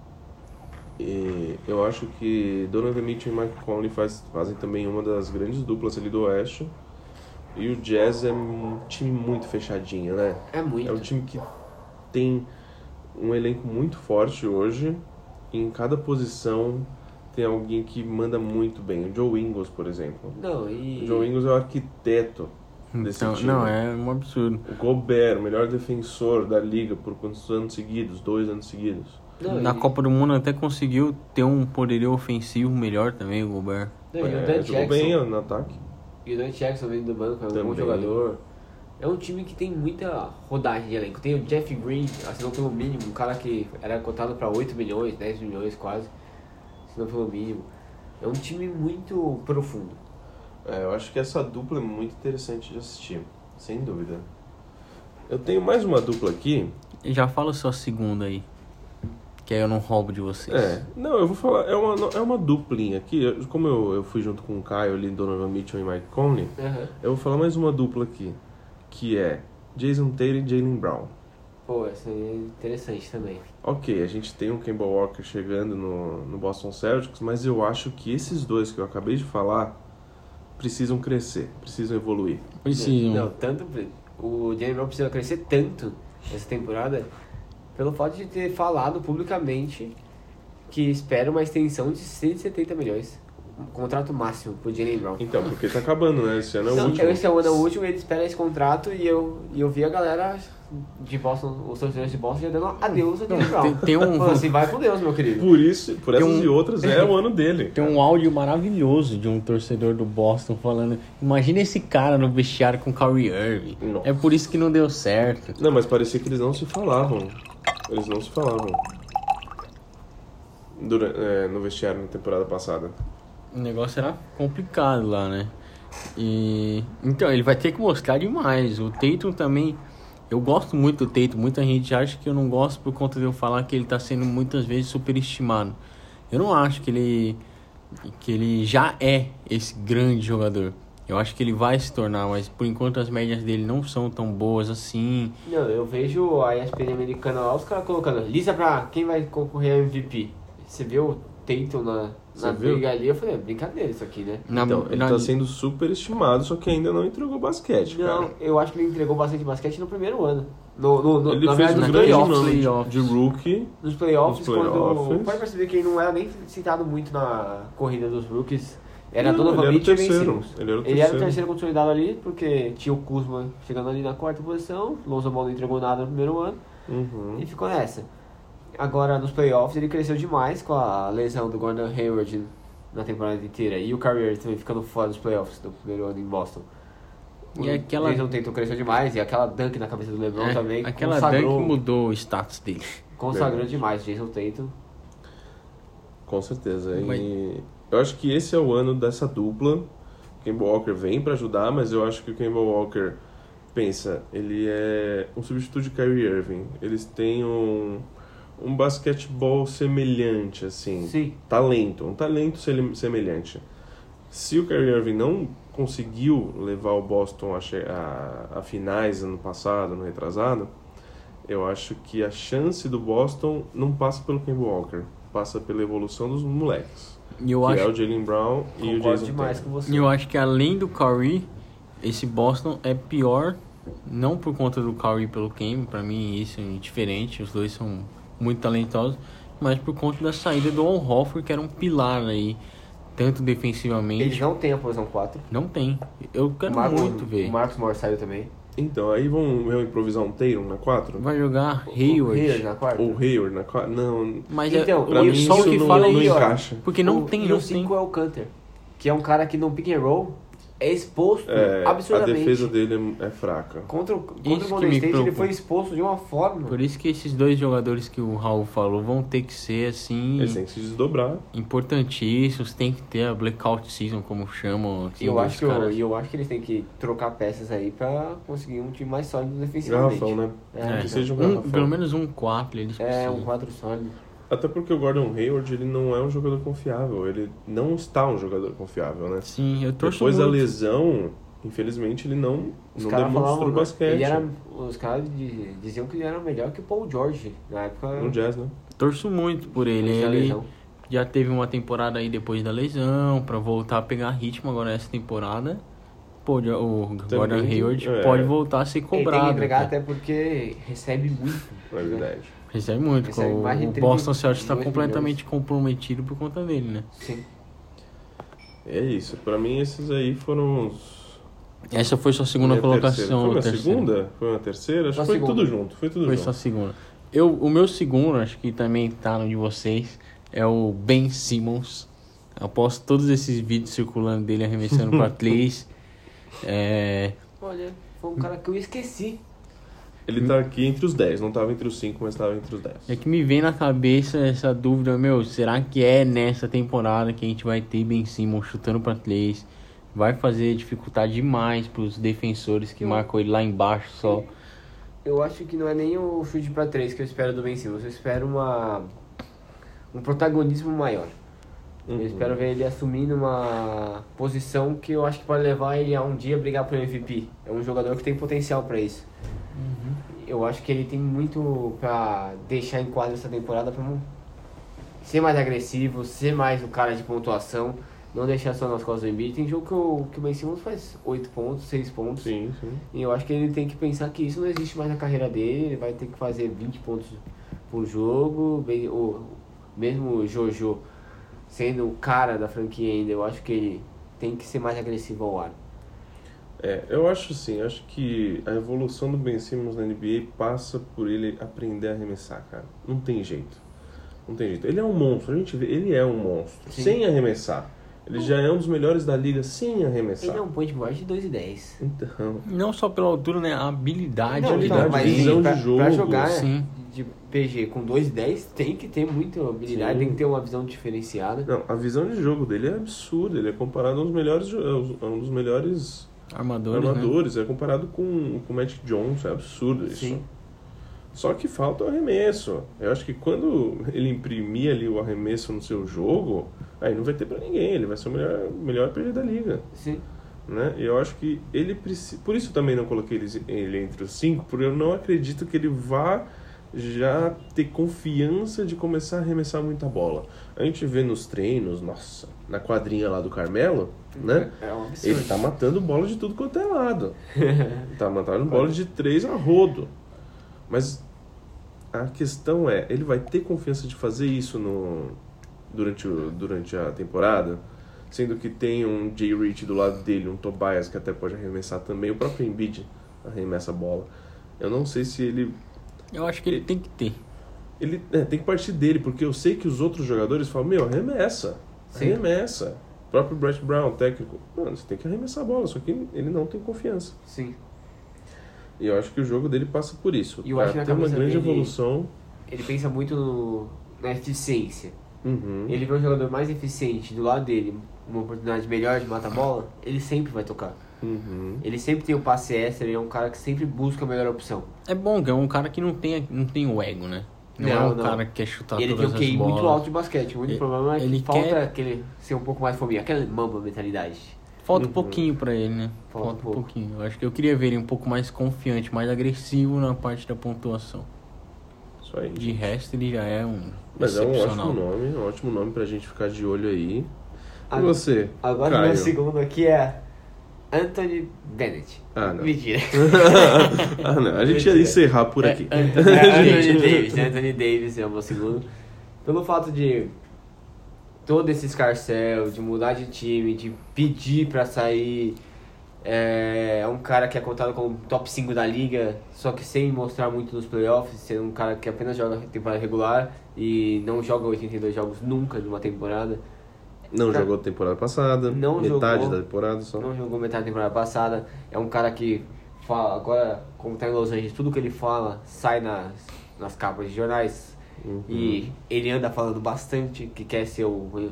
E eu acho que Donovan Mitchell e Mike Conley faz, fazem também uma das grandes duplas ali do Oeste. E o Jazz é um time muito fechadinho, né? É muito. É um time que tem um elenco muito forte hoje. E em cada posição tem alguém que manda muito bem. O Joe Ingles, por exemplo. Não, e... O Joe Ingles é o arquiteto desse Então, time. não, é um absurdo. O Gobert, o melhor defensor da liga por quantos anos seguidos? Dois anos seguidos. Não, Na e... Copa do Mundo até conseguiu ter um poderio ofensivo melhor também, o Gobert. Não, e o É, Dan jogou Jackson. bem no ataque. E o Dan Jackson vindo do banco, é um bom Também. jogador. É um time que tem muita rodagem de elenco. Tem o Jeff Green, assinou pelo mínimo, um cara que era cotado para oito milhões, dez milhões quase. Assinou pelo mínimo. É um time muito profundo. É, eu acho que essa dupla é muito interessante de assistir, sem dúvida. Eu tenho mais uma dupla aqui. E já fala sua segunda aí, que aí eu não roubo de vocês. É, não, eu vou falar, é uma, é uma duplinha aqui. Eu- Como eu, eu fui junto com o Caio ali, Donovan Mitchell e Mike Conley, Uhum. eu vou falar mais uma dupla aqui, que é Jason Tatum e Jaylen Brown. Pô, essa aí é interessante também. Ok, a gente tem o Kemba Walker chegando no, no Boston Celtics, mas eu acho que esses dois que eu acabei de falar precisam crescer, precisam evoluir. Precisam. Não, tanto... O Jaylen Brown precisa crescer tanto essa temporada pelo fato de ter falado publicamente que espera uma extensão de cento e setenta milhões. Um contrato máximo pro Jaylen Brown. Então, porque tá acabando, né? Esse ano é o Não, último. esse é o ano último, ele espera esse contrato e eu, e eu vi a galera de Boston, os torcedores de Boston já dando adeus ao Jaylen Brown. tem- tem um- Falando assim, vai com Deus, meu querido. Por isso, por essas um- e outras, é o ano dele. Tem um áudio maravilhoso de um torcedor do Boston falando: imagina esse cara no vestiário com o Kyrie Irving. Nossa. É por isso que não deu certo. Não, mas parecia que eles não se falavam. Eles não se falavam. Dura- é, no vestiário na temporada passada. O negócio era complicado lá, né? E então ele vai ter que mostrar demais. O Tatum também, eu gosto muito do Tatum. Muita gente acha que eu não gosto por conta de eu falar que ele tá sendo muitas vezes superestimado. Eu não acho que ele que ele já é esse grande jogador. Eu acho que ele vai se tornar, mas por enquanto as médias dele não são tão boas assim. Não, eu vejo a E S P N americana lá, os caras colocando lista pra quem vai concorrer a M V P. Você viu o Tatum na, Você na viu? briga ali, eu falei, é brincadeira isso aqui, né? Na, Então, ele na- tá sendo super estimado, só que ainda não entregou basquete, Não, cara. eu acho que ele entregou bastante basquete no primeiro ano. No, no, no, Ele na fez verdade, um nos grande playoffs. nome de- playoffs. de rookie. Nos playoffs, Nos playoffs. quando... Pode perceber que ele não era nem citado muito na corrida dos rookies. Era Não, Donovan ele era o Mitchell e Ben terceiro. Simmons. Ele era o Ele era o terceiro. terceiro consolidado ali, porque tinha o Kuzma chegando ali na quarta posição, Lonzo Ball não entregou nada no primeiro ano, Uhum. e ficou nessa. Agora, nos playoffs, ele cresceu demais com a lesão do Gordon Hayward na temporada inteira, e o Kyrie Irving também ficando fora dos playoffs do primeiro ano em Boston. E aquela- O Jason Tatum cresceu demais, e aquela dunk na cabeça do LeBron é, também aquela consagrou, dunk mudou o status dele. consagrou Verdade. demais Jason Tatum. Com certeza. Mas- E eu acho que esse é o ano dessa dupla. O Kemba Walker vem pra ajudar, mas eu acho que o Kemba Walker, pensa, ele é um substituto de Kyrie Irving. Eles têm um, um basquetebol semelhante, assim. Sim. Talento, um talento sele- semelhante. Se o Kyrie Irving não conseguiu levar o Boston a, che- a, a finais ano passado, ano retrasado, eu acho que a chance do Boston não passa pelo Kemba Walker, passa pela evolução dos moleques. E eu que acho é o Jaylen Brown e o Concordo Jason demais Tatum. com você. E eu acho que além do Curry, esse Boston é pior, não por conta do Curry pelo Kemba, pra mim isso é indiferente, os dois são muito talentosos, mas por conta da saída do Al Horford, que era um pilar aí, tanto defensivamente. Eles não têm a posição quatro. Não tem. Eu quero O Marcos- muito ver. O Marcos Morris saiu também. Então, aí vão vão improvisar um Tatum na quatro? Vai jogar O Hayward. Hayward na quarta. Ou Hayward na quatro? Não, Mas Então, é, pra o- mim só o isso que não, fala não aí, ó, encaixa. porque não o, tem, e não o cinco tem. é o Canter, que é um cara que no pick and roll é exposto É, a absurdamente. defesa dele é, é fraca. Contra o, contra Isso o que Golden me State ele preocupa. foi exposto de uma forma. Por isso que esses dois jogadores que o Raul falou vão ter que ser, assim, Eles têm que se desdobrar. importantíssimos. Tem que ter a blackout season, como chamam. Assim, E eu, dos acho que eu, caras. e eu acho que eles têm que trocar peças aí pra conseguir um time mais sólido defensivamente. Garrafão, né? É, Que seja um Um, garrafão. pelo menos um quatro eles é precisam. um quadro sólido. Até porque o Gordon Hayward, ele não é um jogador confiável. Ele não está um jogador confiável, né? Sim, eu torço Depois da muito. lesão, infelizmente, ele não, Os não caras demonstrou falavam, basquete. ele era, os caras di- diziam que ele era melhor que o Paul George na época No Jazz, né? Torço muito por ele. antes da Ele lesão. já teve uma temporada aí depois da lesão, pra voltar a pegar ritmo agora nessa temporada. Pô, já- o Gordon Hayward é. pode voltar a ser Ele tem cobrado. que entregar cara. até porque recebe muito. É verdade. Recebe muito. Recebe o mais de o trinta Boston Celtics está milhões. completamente comprometido por conta dele, né? Sim. É isso. Pra mim, esses aí foram os... Essa foi sua segunda Minha colocação. terceira. Foi ou uma terceira? segunda? Foi uma terceira? Acho Só que foi segunda. tudo junto. Foi tudo Foi junto. sua segunda. Eu, o meu segundo, acho que também tá no de vocês, é o Ben Simmons. Após todos esses vídeos circulando dele arremessando para três. É, Olha, foi um cara que eu esqueci. Ele tá aqui entre os dez. Não tava entre os cinco, mas tava entre os dez. é que me vem na cabeça essa dúvida, meu, será que é nessa temporada que a gente vai ter Ben Simmons chutando para três? Vai fazer dificultar demais pros defensores que Eu- marcam ele lá embaixo só. Eu acho que não é nem o chute pra três que eu espero do Ben Simmons. Eu espero uma, um protagonismo maior. Uhum. Eu espero ver ele assumindo uma posição que eu acho que pode levar ele a um dia brigar pro M V P. É um jogador que tem potencial pra isso. Eu acho que ele tem muito pra deixar em quadro essa temporada pra não ser mais agressivo, ser mais o cara de pontuação, não deixar só nas costas do Embiid. Tem jogo que o, que o Ben Simmons faz oito pontos, seis pontos. Sim, sim. E eu acho que ele tem que pensar que isso não existe mais na carreira dele. Ele vai ter que fazer vinte pontos por jogo. Bem, o, mesmo o Jojo sendo o cara da franquia ainda, eu acho que ele tem que ser mais agressivo ao ar. É, eu acho assim, acho que a evolução do Ben Simmons na N B A passa por ele aprender a arremessar, cara. Não tem jeito. Não tem jeito. Ele é um monstro, a gente vê, ele é um monstro, Sim. sem arremessar. Ele já é um dos melhores da liga sem arremessar. Ele é um point guard de dois e dez. Então, Não só pela altura, né? A habilidade. Não, habilidade, ali mas dentro. visão pra, de jogo, pra jogar sim. de P G com dois e dez tem que ter muita habilidade, Sim. tem que ter uma visão diferenciada. não, a visão de jogo dele é absurda. Ele é comparado a um dos melhores, jo- a um dos melhores Armadores, né? armadores. É comparado com, com o Magic Johnson. É absurdo isso. Sim. Só que falta o arremesso. Eu acho que quando ele imprimir ali o arremesso no seu jogo, aí não vai ter pra ninguém. Ele vai ser o melhor, melhor P G da liga. Sim. Né? E eu acho que ele precisa. Por isso também não coloquei ele, ele entre os cinco, porque eu não acredito que ele vá já ter confiança de começar a arremessar muita bola. A gente vê nos treinos, nossa, na quadrinha lá do Carmelo, né? É um absurdo. Ele tá matando bola de tudo quanto é lado. Tá matando bola de três a rodo. Mas a questão é, ele vai ter confiança de fazer isso no, durante, o, durante a temporada? Sendo que tem um Jay Rich do lado dele, um Tobias que até pode arremessar também, o próprio Embiid arremessa a bola. Eu não sei se ele... Eu acho que ele tem que ter. Ele é, tem que partir dele, porque eu sei que os outros jogadores falam, meu, arremessa, Sim. arremessa. O próprio Brett Brown, técnico, mano, você tem que arremessar a bola, só que ele não tem confiança. Sim. E eu acho que o jogo dele passa por isso. E eu pra acho que na ter uma cabeça grande dele- evolução. Ele pensa muito no, na eficiência. Uhum. Ele vê um jogador mais eficiente do lado dele, uma oportunidade melhor de matar a bola, ele sempre vai tocar. Uhum. Ele sempre tem o passe extra, ele é um cara que sempre busca a melhor opção. É bom, que é um cara que não tem, não tem o ego, né? Não, é Não, um não. cara que quer chutar E ele tem todas um Q as I bolas. muito alto de basquete. O único Ele- problema é que ele falta quer- aquele ser um pouco mais fominha, aquela mamba mentalidade. Falta um Uhum. pouquinho pra ele, né? Falta Falta, um um pouco. pouquinho. Eu acho que eu queria ver ele um pouco mais confiante, mais agressivo na parte da pontuação. Isso aí. De resto, ele já é um Mas é um excepcional. ótimo nome, um ótimo nome pra gente ficar de olho aí. E Ah, você, Agora o Caio? meu segundo aqui é Anthony Bennett. Ah, não. Mentira. ah, não. A gente ia Mentira. encerrar por É, aqui. Anthony- É, Anthony Gente. Davis, Anthony Davis é o meu segundo. Pelo fato de todo esse escarcel, de mudar de time, de pedir pra sair. É é um cara que é contado como top cinco da liga, só que sem mostrar muito nos playoffs, sendo um cara que apenas joga temporada regular e não joga oitenta e dois jogos nunca numa temporada. Não Pra- jogou temporada passada, Não metade jogou. da temporada só. Não jogou metade da temporada passada. É um cara que fala, agora, como tá em Los Angeles, tudo que ele fala sai nas, nas capas de jornais. Uhum. E ele anda falando bastante que quer ser o,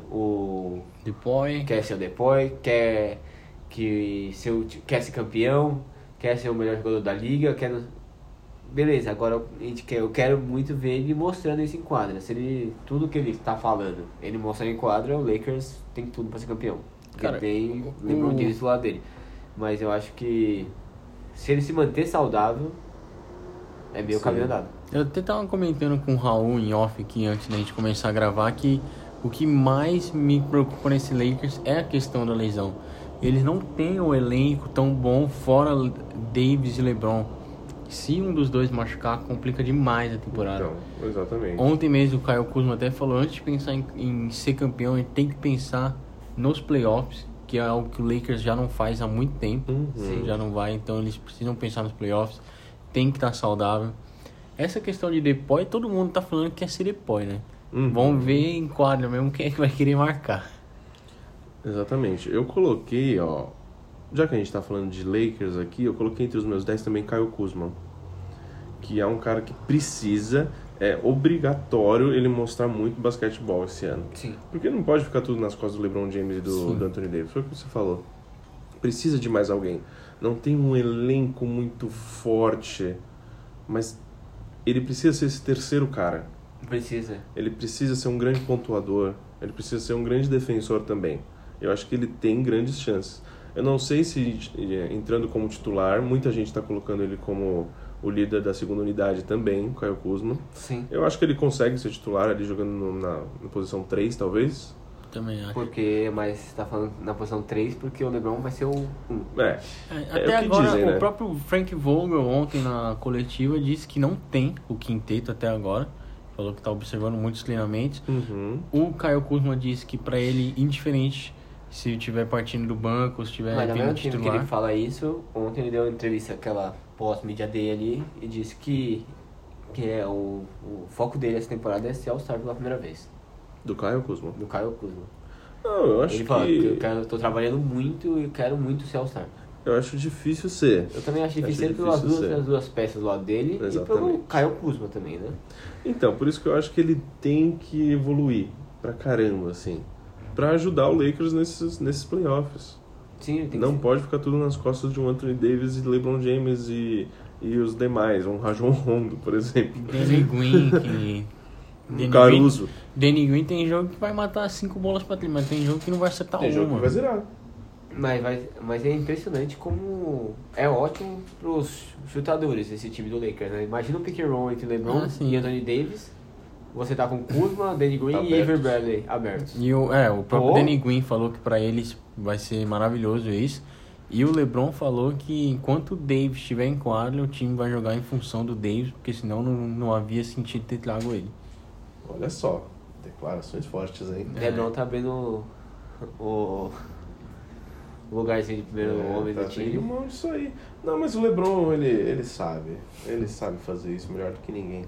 o Depois, quer ser o Depoy, quer, que ser o, ti- quer ser campeão, quer ser o melhor jogador da liga, quer... Beleza, agora a gente quer, eu quero muito ver ele mostrando isso em quadra. Se ele, tudo que ele tá falando, ele mostrar em quadra, o Lakers tem tudo pra ser campeão. Porque Cara, tem o- LeBron James do lado dele. Mas eu acho que se ele se manter saudável, é meio Sim. caminho andado. eu até tava comentando com o Raul em off aqui antes da gente começar a gravar que o que mais me preocupa nesse Lakers é a questão da lesão. Eles não têm um elenco tão bom fora Davis e LeBron. Se um dos dois machucar, complica demais a temporada. Então, exatamente. Ontem mesmo o Caio Kuzma até falou, antes de pensar em, em ser campeão, a gente tem que pensar nos playoffs, que é algo que o Lakers já não faz há muito tempo. Uhum. Sim, já não vai, então eles precisam pensar nos playoffs, tem que estar saudável. Essa questão de Depoy, todo mundo tá falando que quer ser Depoy, né? Uhum. Vamos ver em quadra mesmo quem é que vai querer marcar. Exatamente. Eu coloquei, ó... Já que a gente tá falando de Lakers aqui, eu coloquei entre os meus dez também Caio Kuzma. Que é um cara que precisa, é obrigatório ele mostrar muito basquetebol esse ano. Sim. Porque não pode ficar tudo nas costas do LeBron James e do, Sim. do Anthony Davis. Foi o que você falou. Precisa de mais alguém. Não tem um elenco muito forte, mas ele precisa ser esse terceiro cara. Precisa. Ele precisa ser um grande pontuador. Ele precisa ser um grande defensor também. Eu acho que ele tem grandes chances. Eu não sei se entrando como titular, muita gente está colocando ele como o líder da segunda unidade também, o Caio Kuzma. Sim. Eu acho que ele consegue ser titular ali jogando no- na, na posição três, talvez. Também acho. Porque, mas você tá falando na posição três porque o LeBron vai ser o um. É, É, É Até o que agora, dizem, o né? próprio Frank Vogel ontem na coletiva disse que não tem o quinteto até agora. Falou que está observando muitos treinamentos. uhum. O Caio Kuzma disse que para ele, indiferente se estiver partindo do banco, se estiver Mas no vindo mesmo time que titular. ele fala isso, ontem ele deu uma entrevista, aquela pós-mídia dele ali, e disse que, que é o, o foco dele essa temporada é ser All-Star pela primeira vez, Do Caio Kuzma. do Caio Kuzma. Não, eu acho Ele fala que eu, que... quero, eu tô trabalhando muito e eu quero muito ser All-Star. Eu acho difícil ser. Eu também acho Acho difícil pelas difícil duas, ser. pelas duas peças do lado dele e pelo Exatamente. Caio Kuzma também, né? Então, por isso que eu acho que ele tem que evoluir pra caramba, assim. Pra ajudar o Lakers nesses, nesses playoffs. Sim, ele tem Não que ser. pode ficar tudo nas costas de um Anthony Davis e LeBron James e, e os demais. Um Rajon Rondo, por exemplo. Danny Green, que... Um Danny Caruso. Green, Danny Green tem jogo que vai matar cinco bolas pra trás, mas tem jogo que não vai acertar Tem uma. jogo que vai zerar. Mas, vai, mas é impressionante como é ótimo pros chutadores esse time do Lakers, né? Imagina um pick and roll entre LeBron Ah, sim. e Anthony Davis. Você tá com Kuzma, Danny Green e Abertos. Avery Bradley abertos. E o, é, o próprio Pô. Danny Green falou que pra eles vai ser maravilhoso isso. E o LeBron falou que enquanto o Davis estiver em quadra, o time vai jogar em função do Davis, porque senão não, não havia sentido ter trago ele. Olha só. Declarações fortes, hein? O LeBron tá abrindo o, o lugarzinho de primeiro É, homem tá do time. abrindo mão disso aí. Não, mas o LeBron, ele, ele sabe. Ele sabe fazer isso melhor do que ninguém.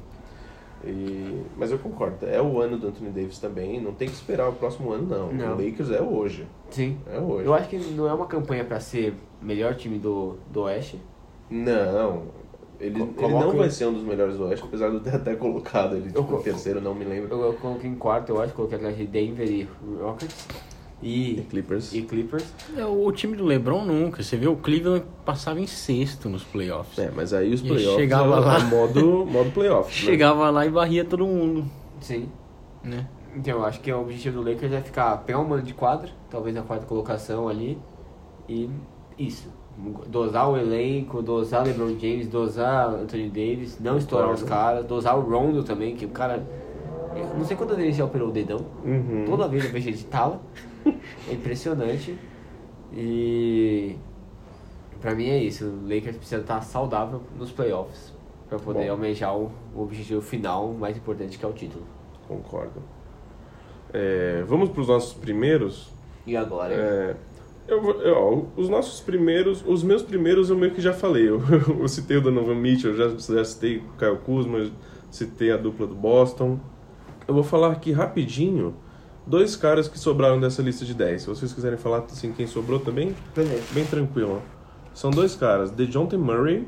E, mas eu concordo, é o ano do Anthony Davis também. Não tem que esperar o próximo ano, não. Não. O Lakers é hoje. Sim. É hoje. Eu acho que não é uma campanha pra ser melhor time do, do Oeste. Não. Ele, Co- ele coloca não ele- vai ser um dos melhores do Oeste, apesar de eu ter até colocado ele tipo, Eu co- em terceiro, não me lembro. Eu, eu coloquei em quarto, eu acho, coloquei atrás de Denver e Rockets. E E, Clippers. e Clippers. É, o time do LeBron nunca. Você vê o Cleveland passava em sexto nos playoffs. É, mas aí os E playoffs chegava é, lá. é modo, modo playoffs. né? Chegava lá e varria todo mundo, Sim. né? Então, eu acho que o objetivo do Lakers é ficar pegar um mano de quadra, talvez na quarta colocação ali, e isso. Dosar o elenco, dosar LeBron James, dosar Anthony Davis, não estourar os caras, dosar o Rondo também, que o cara... eu não sei quantas vezes ele já operou o dedão, Uhum. toda vez eu vejo ele de tala, é impressionante. E pra mim é isso, o Lakers precisa estar saudável nos playoffs pra poder Bom. almejar o, o objetivo final mais importante, que é o título. Concordo. É, vamos para os nossos primeiros. E agora? É, eu, vou- eu, ó, os nossos primeiros, os meus primeiros eu meio que já falei. Eu, eu citei o Donovan Mitchell, já, já citei o Kyle Kuzma, citei a dupla do Boston. Eu vou falar aqui rapidinho dois caras que sobraram dessa lista de dez. Se vocês quiserem falar assim, quem sobrou também, Beleza. bem tranquilo. São dois caras, DeJounte Murray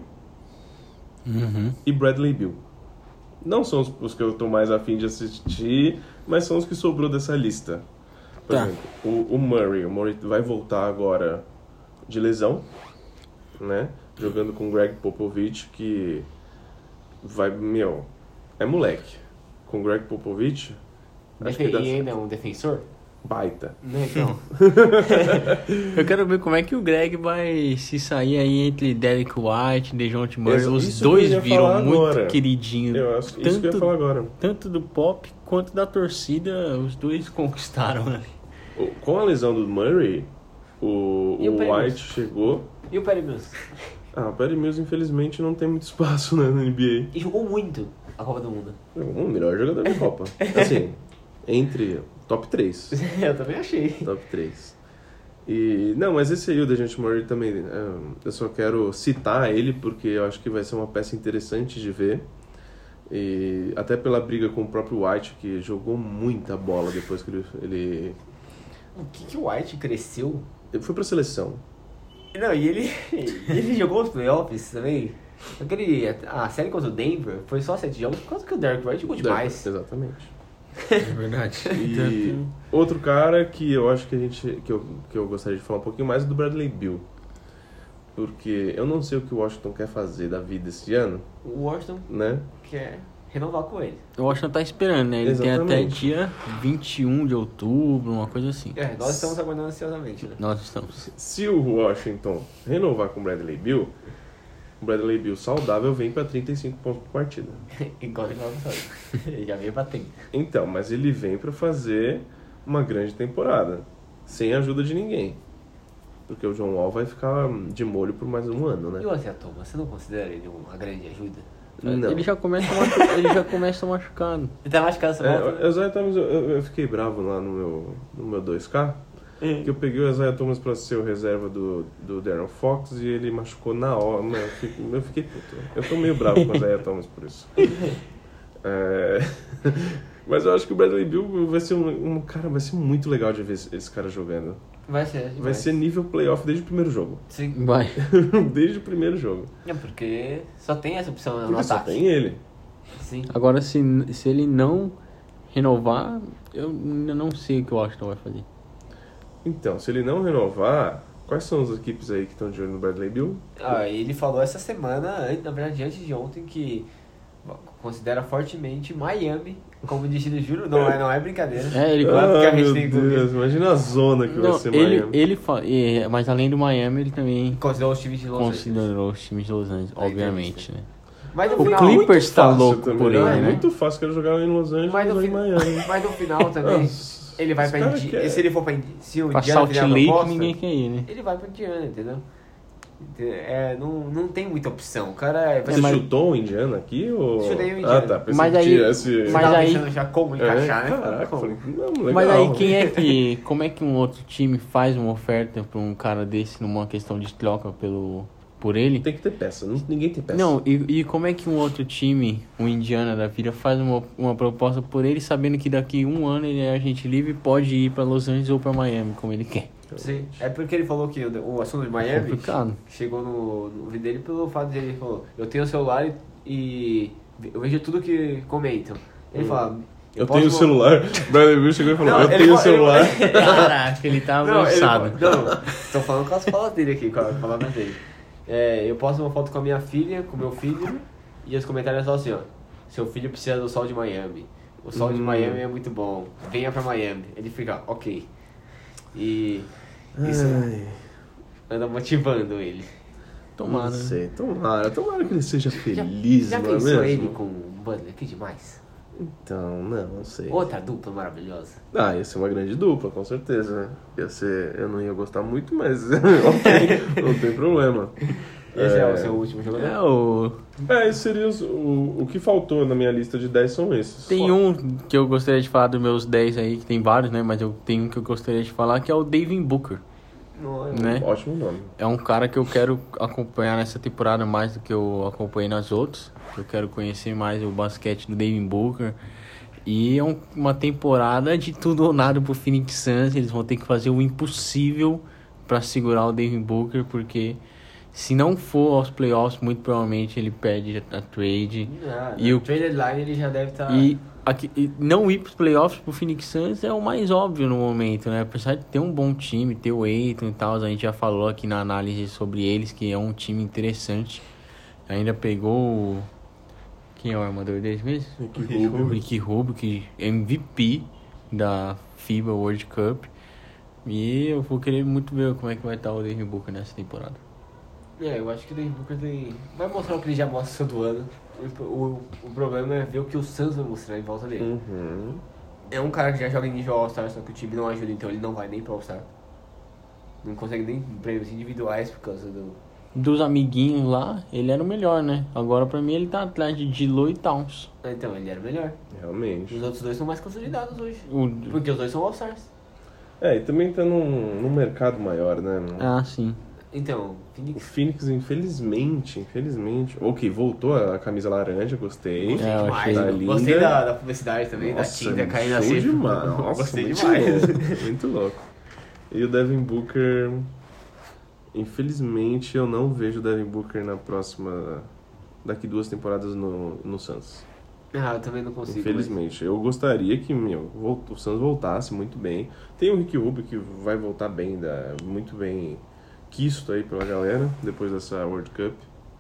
Uhum. e Bradley Beal. Não são os, os que eu tô mais afim de assistir, mas são os que sobrou dessa lista. Por Tá. exemplo, o, o Murray. O Murray vai voltar agora de lesão, né? Jogando com o Greg Popovich, que vai, meu, é moleque. Com o Greg Popovich, acho que Defe- dá E ainda é um defensor? baita. Né, então. Eu quero ver como é que o Greg vai se sair aí entre Derek White e DeJounte Murray. Isso- Os isso que eu dois ia viram falar muito agora. queridinhos. Eu acho que isso que eu ia Tanto, falar agora. tanto do pop quanto da torcida, os dois conquistaram, né? O- Com a lesão do Murray, o, E o o Perry White Mills? chegou. E o Perry Mills? Ah, o Perry Mills, infelizmente, não tem muito espaço, né, na N B E jogou muito a Copa do Mundo. A. O melhor jogador da Copa. Assim, entre top três. Eu também achei. Top três. E, não, mas esse aí, o DeJounte Murray também, é, eu só quero citar ele porque eu acho que vai ser uma peça interessante de ver. E até pela briga com o próprio White, que jogou muita bola depois que ele, ele, O que, que o White cresceu? ele foi pra seleção. Não, e ele, ele jogou os playoffs também. Aquele, a série contra o Denver foi só sete jogos, por causa que o Derek White jogou demais. Exatamente. É verdade. E outro cara que eu acho que a gente que eu, que eu gostaria de falar um pouquinho mais é do Bradley Beal. Porque eu não sei o que o Washington quer fazer da vida esse ano, O Washington né? quer renovar com ele. O Washington tá esperando, né? Ele tem até Exatamente. dia vinte e um de outubro, uma coisa assim. É, nós estamos aguardando ansiosamente, né? Nós estamos. Se o Washington renovar com o Bradley Beal, o Bradley Beal saudável vem para trinta e cinco pontos por partida. Igual ele falou só. Ele já veio batendo. Então, mas ele vem para fazer uma grande temporada, sem a ajuda de ninguém. Porque o John Wall vai ficar de molho por mais um ano, E né? o Isaiah Thomas, você não considera ele uma grande ajuda? Não. Ele já começa machu... ele já começa machucado. Ele tá machucado essa volta? É, o Isaiah Thomas, eu, eu eu fiquei bravo lá no meu, no meu dois K, que eu peguei o Isaiah Thomas pra ser o reserva do, do Darren Fox e ele machucou na hora. Mano, eu, fiquei, eu fiquei puto. Eu tô meio bravo com o Isaiah Thomas por isso. É, mas eu acho que o Bradley Beal vai ser um, um cara, vai ser muito legal de ver esse, esse cara jogando. Vai ser demais. Vai ser nível playoff desde o primeiro jogo. Sim. Vai. Desde o primeiro jogo. É porque só tem essa opção no Porque só ataque. tem ele. Sim. Agora, se, se ele não renovar, eu ainda não sei o que o Washington vai fazer. Então, se ele não renovar, quais são as equipes aí que estão de olho no Bradley Beal? Ah, ele falou essa semana, an- na verdade antes de ontem, que considera fortemente Miami como destino de juro. Não é, não é brincadeira. É, ele Vai ficar Ah, meu restrito com Deus, isso. imagina a zona que vai Não, ser ele, Miami. ele fa... é, mas além do Miami, ele também Considerou os times de Los Angeles. considerou os times de Los Angeles, Na obviamente, né? Mas no O final, Clippers tá Fácil louco também, por né? ele, É né? muito fácil, quero jogar em Los Angeles mas no, ou em fi- Miami. mas no final também, Nossa, ele vai esse pra cara Indi- quer- Se ele for pra Indi- se o Pra Indiana Salt fizer a Lake, proposta, ninguém quer ir, né? ele vai pro Indiana, entendeu? É, não, não tem muita opção. O cara é- vai Você mas- chutou o Indiana aqui? Ou... Chutei o Indiana. Ah, tá. Pensei Mas que aí- tivesse... mas tava aí- pensando já como É, encaixar, né? caraca, Como? falei, não, legal. Mas aí quem é que. Como é que um outro time faz uma oferta pra um cara desse numa questão de troca pelo, por ele? Tem que ter peça, não- ninguém tem peça. Não, e, e como é que um outro time, o Indiana da vida, faz uma, uma proposta por ele, sabendo que daqui um ano ele é agente livre e pode ir pra Los Angeles ou pra Miami, como ele quer? Sim, é porque ele falou que o, o assunto de Miami Complicado. chegou no, no vídeo dele pelo fato de ele falou, eu tenho o celular e, e eu vejo tudo que comentam. Ele fala, Eu posso tenho o mo- celular. O Bradley Beal chegou e falou, Não, eu ele tenho o fa- ele- celular. Caraca, ele tá Não, ele avançado. fala- não, tô falando com as falas dele aqui, com as palavras dele. É, eu posto uma foto com a minha filha, com meu filho, e os comentários são assim, ó. Seu filho precisa do sol de Miami. O sol de Hum. Miami é muito bom. Venha pra Miami. Ele fica, ok. E isso Ai, anda motivando ele. Tomara. não sei, tomara. Tomara que ele seja feliz, já não é pensou mesmo? ele com um Butler? Que demais. Então, não, não sei. Outra dupla maravilhosa. Ah, ia ser uma grande dupla, com certeza, né? Ia ser... Eu não ia gostar muito, mas ok, não tem problema. Esse é, É. o seu último jogador? É, o... É, esses seriam os, o, o que faltou na minha lista de dez são esses. Tem um que eu gostaria de falar dos meus dez aí, que tem vários, né? Mas eu tenho um que eu gostaria de falar, que é o Devin Booker. Não, é- né? Ótimo nome. É um cara que eu quero acompanhar nessa temporada mais do que eu acompanhei nas outras. Eu quero conhecer mais o basquete do Devin Booker. E é um- uma temporada de tudo ou nada pro Phoenix Suns. Eles vão ter que fazer o impossível pra segurar o Devin Booker, porque se não for aos playoffs, muito provavelmente ele perde a, a trade. Ah, E no o- trade deadline ele já deve estar... E, aqui, e não ir pros playoffs pro Phoenix Suns é o mais óbvio no momento, né? Apesar de ter um bom time, ter o Ayton e tal, a gente já falou aqui na análise sobre eles, que é um time interessante. Ainda pegou o... Quem é o armador deles mesmo? Ricky O Rubio. Ricky Rubio, que é M V P da FIBA World Cup. E eu vou querer muito ver como é que vai estar o Devin Booker nessa temporada. É, eu acho que o Devin Booker tem... vai mostrar o que ele já mostra todo ano. O, o, o problema é ver o que o Suns vai mostrar em volta dele. Uhum. É um cara que já joga em nível All-Star, só que o time não ajuda, então ele não vai nem pro All-Star. Não consegue nem prêmios individuais por causa do... Dos amiguinhos lá, ele era o melhor, né? Agora pra mim ele tá atrás de D'Lo e Towns. Ah, então, ele era o melhor. Realmente. Os outros dois são mais consolidados hoje. O... Porque os dois são All-Stars. É, e também tá num, num mercado maior, né? Ah, sim. Então, O Phoenix... Phoenix, infelizmente, infelizmente... Ok, voltou a camisa laranja, gostei. É, eu achei- Tá Demais. linda. Gostei da, da publicidade também, Nossa, da tinta caindo show assim. demais. Nossa, Gostei muito demais. Louco, muito louco. E o Devin Booker... Infelizmente, eu não vejo o Devin Booker na próxima... Daqui duas temporadas no, no Suns. Ah, eu também não consigo. Infelizmente. Eu gostaria que meu, volt- o Suns voltasse muito bem. Tem o Ricky Rubio que vai voltar bem, da, muito bem quisto aí pela galera, depois dessa World Cup.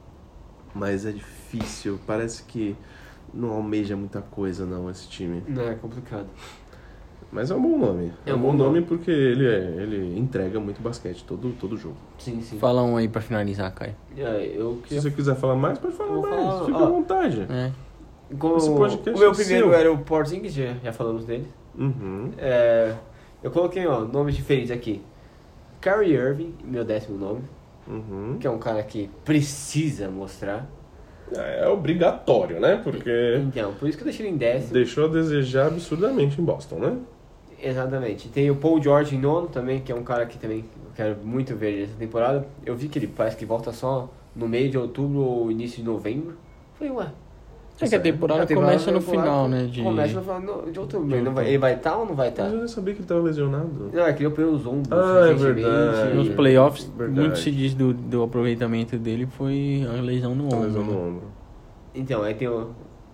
Mas é difícil. Parece que não almeja muita coisa, não, esse time. Mas... Não, é complicado. Mas é um bom nome. É, É um um bom bom nome nome. porque ele, é, ele entrega muito basquete todo, todo jogo. Sim, sim. Fala um aí pra finalizar, Caio. É, eu Se queria... você quiser falar mais, pode falar Vou mais. falar, Fica ó. à vontade. É. Como Esse podcast o meu é primeiro seu. era o Porzingis, já, já falamos dele. Uhum. É, eu coloquei, ó, nomes diferentes aqui. Kyrie Irving, meu décimo nome, Uhum. que é um cara que precisa mostrar. É obrigatório, né? Porque Então, por isso que eu deixei ele em décimo. deixou a desejar absurdamente em Boston, né? Exatamente. Tem o Paul George em nono também, que é um cara que também eu quero muito ver nessa temporada. Eu vi que ele parece que volta só no meio de outubro ou início de novembro. Falei, ué. É que a temporada a temporada começa no vai rolar- final, né? De... Começa no final no- de outubro. de Ele, não vai, outubro. ele vai estar ou não vai estar? Mas eu nem sabia que ele tava lesionado. Não, é que ele operou os ombros Ah, é recentemente. verdade. Nos playoffs, Verdade. muito se diz do, do aproveitamento dele foi a lesão no Tá ombro. lesão né? no ombro. Então, aí tem o...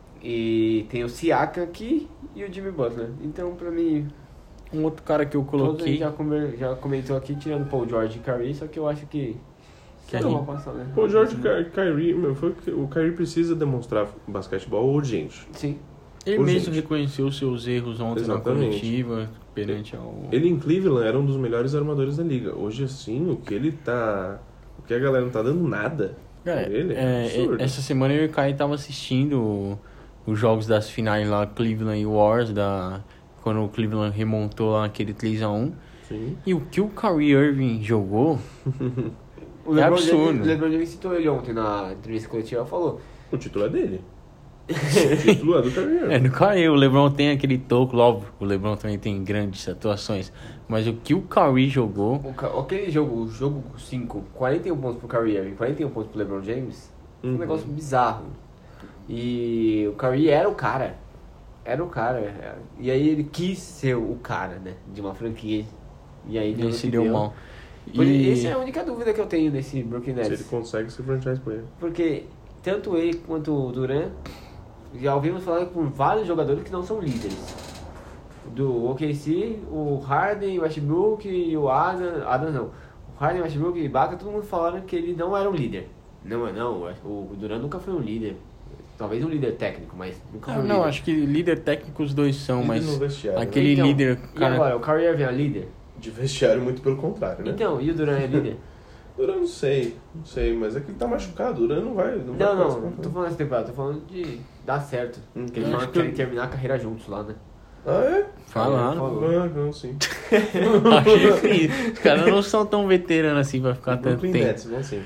E tem o Siakam aqui e o Jimmy Butler. Então, pra mim, Um outro cara que eu todos a gente coloquei, já, come- já comentou aqui, tirando o Paul George e Kyrie, só que eu acho que... Que Só aí- uma passada, né? Pô, o George Ky- Kyrie, meu, foi que o Kyrie precisa demonstrar basquetebol urgente. Sim. ele Urgente. mesmo reconheceu os seus erros ontem Exatamente. na coletiva, perante ao... Ele em Cleveland era um dos melhores armadores da liga. Hoje, assim, o que ele tá... O que a galera não tá dando nada É, pra ele é, é, absurdo. essa semana eu e o Caio tava assistindo o- os jogos das finais lá, Cleveland e Warriors, da, quando o Cleveland remontou lá aquele três a um. Sim. E o que o Kyrie Irving jogou, O É LeBron absurdo. James, o LeBron James citou ele ontem na entrevista coletiva, falou... O título é dele. O título é do Kyrie Irving. é do Kyrie, o LeBron tem aquele toque, óbvio, o LeBron também tem grandes atuações, mas o que o Kyrie jogou, O, ca- aquele jogo, o jogo cinco, quarenta e um pontos pro Kyrie Irving, quarenta e um pontos pro LeBron James, foi um Uhum. negócio bizarro. E o Kyrie era o cara. Era o cara. é. E aí ele quis ser o cara, né? De uma franquia. E aí ele no se que deu mal. Por- E- Essa é a única dúvida que eu tenho nesse Brooklyn Se ele Nets. consegue ser franchise player. Porque tanto ele quanto o Durant, já ouvimos falar com vários jogadores que não são líderes. Do O K C, o Harden, o Westbrook e o Adam... Adam não. O Harden, o Westbrook e o Ibaka, todo mundo falaram que ele não era um líder. Não, não, o Durant nunca foi um líder. Talvez um líder técnico, mas nunca foi Ah, um não, líder. acho que líder técnico os dois são, Líder mas no vestiário, né? aquele Então, líder, E cara, agora, o Kyrie Irving é líder? De vestiário, muito pelo contrário, né? Então, e o Durant é líder? Duran não sei, não sei, mas é que ele tá machucado. Duran não vai. Não, vai Não, não, participar. não tô falando dessa temporada, tô falando de dar certo. Hum, Porque eles acho falaram que que eu- querem terminar a carreira juntos lá, né? Ah, é? falaram. Falou. Ah, não, sim. Acho difícil. Os caras não são tão veteranos assim pra ficar tanto Brooklyn tempo. Nets, vão sim.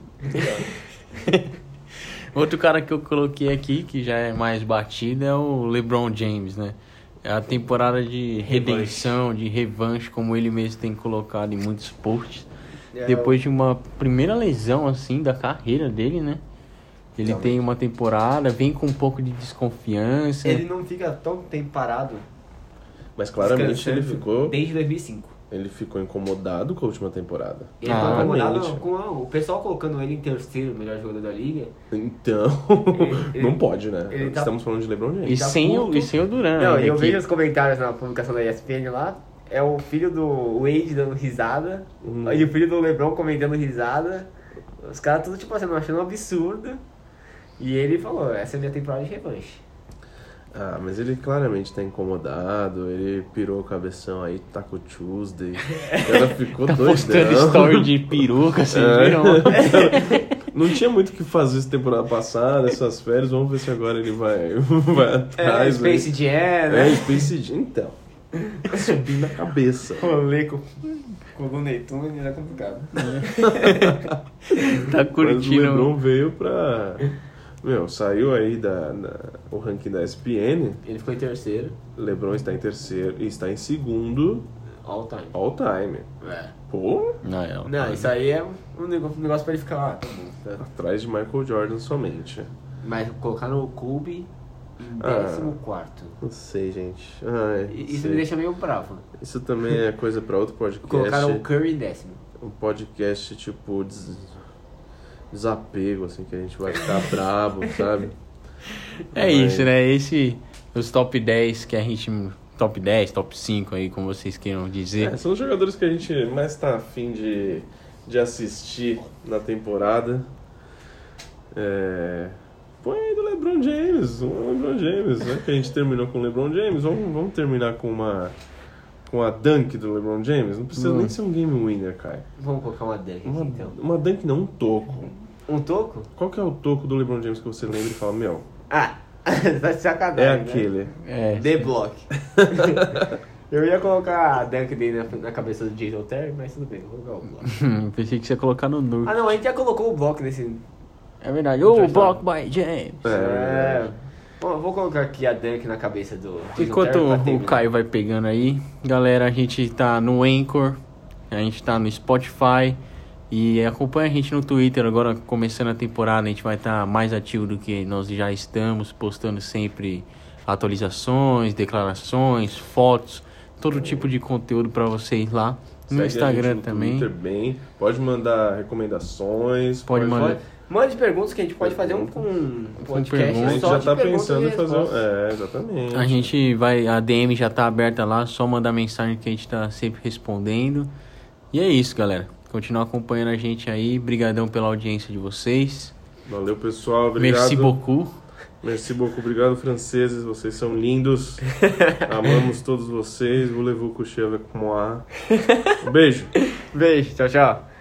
Outro cara que eu coloquei aqui, que já é mais batido, é o LeBron James, né? É a temporada de redenção, de revanche, como ele mesmo tem colocado em muitos posts. É, Depois de uma primeira lesão, assim, da carreira dele, né? Ele Realmente. tem uma temporada, vem com um pouco de desconfiança. Ele não fica tão tempo parado. Mas claramente descansando ele ficou, Desde dois mil e cinco. ele ficou incomodado com a última temporada. Ele Ah, ficou incomodado realmente. com a- o pessoal colocando ele em terceiro melhor jogador da liga. Então, Ele- não pode, né? ele tá- Estamos falando de LeBron E James. tá sem, o, puto. e sem o Durant. Não, né, e eu que- vejo os comentários na publicação da E S P N lá. É o filho do Wade dando risada. Hum. E o filho do LeBron comentando risada. Os caras tudo tipo assim, achando um absurdo. E ele falou, essa é a minha temporada de revanche. Ah, mas ele claramente tá incomodado, ele pirou o cabeção aí, tá com o Tuesday. O cara ficou Tá doidão. postando story de peruca, vocês É. viram? Não tinha muito o que fazer essa temporada passada, essas férias, vamos ver se agora ele vai, vai É, atrás. Space né? Jam, É, né? Space Jam, então. Subindo na cabeça. Rolê com, com o Looney Tunes era complicado. Tá Mas o curtindo. LeBron veio pra... Meu, saiu aí da, da- o ranking da E S P N, Ele ficou em terceiro, LeBron está em terceiro e está em segundo all time. all time. É. Pô, Não, é, Não, isso aí é um negócio, um negócio pra ele ficar lá, tá bom. Tá. atrás de Michael Jordan somente. Mas colocaram o Kobe em Ah. décimo quarto. Não sei, gente. Ai, E- não Isso sei. me deixa meio bravo. Isso também é coisa pra outro podcast. Colocaram o Curry em décimo. Um podcast tipo des- desapego, assim, que a gente vai ficar brabo, sabe? É Mas- isso, né? Esse, os top dez que a gente... Top dez, top cinco aí, como vocês queiram dizer. É, são os jogadores que a gente mais tá afim de, de assistir na temporada. É... Põe aí do LeBron James, um LeBron James, né? Que a gente terminou com o LeBron James, vamos, vamos terminar com uma com a dunk do LeBron James. Não precisa Hum. nem ser um game winner, cara. Vamos colocar uma dunk aqui, Uma, então. uma dunk não, um toco. Um toco? Qual que é o toco do LeBron James que você lembra e fala, meu, Ah, tá de sacanagem, é né? aquele. É, The Block. Eu ia colocar a dunk dele na, na cabeça do Jason Terry, mas tudo bem, vou colocar o block. Hum, pensei que você ia colocar no Nuke. Ah não, a gente já colocou o block nesse... É verdade. Oh, block by James. É. Bom, vou colocar aqui a dunk na cabeça do Jason Enquanto Terry pra o terminar. Caio vai pegando aí, galera, a gente tá no Anchor, a gente tá no Spotify e acompanha a gente no Twitter. Agora, começando a temporada, a gente vai estar mais ativo do que nós já estamos, postando sempre atualizações, declarações, fotos, todo tipo de conteúdo pra vocês lá. No Segue a Instagram gente no também. Twitter bem. Pode mandar recomendações. Pode mandar. Pode- Mande perguntas que a gente pode fazer um, um podcast perguntas. A gente só já de tá perguntas pensando e em fazer. um- respostas. É, exatamente. A gente vai, a D M já tá aberta lá, só mandar mensagem que a gente tá sempre respondendo. E é isso, galera. Continuar acompanhando a gente aí. Brigadão pela audiência de vocês. Valeu, pessoal. Obrigado. Merci beaucoup. Merci beaucoup. Obrigado, franceses. Vocês são lindos. Amamos todos vocês. Voulez-vous coucher avec moi? Um beijo. Beijo, tchau, tchau.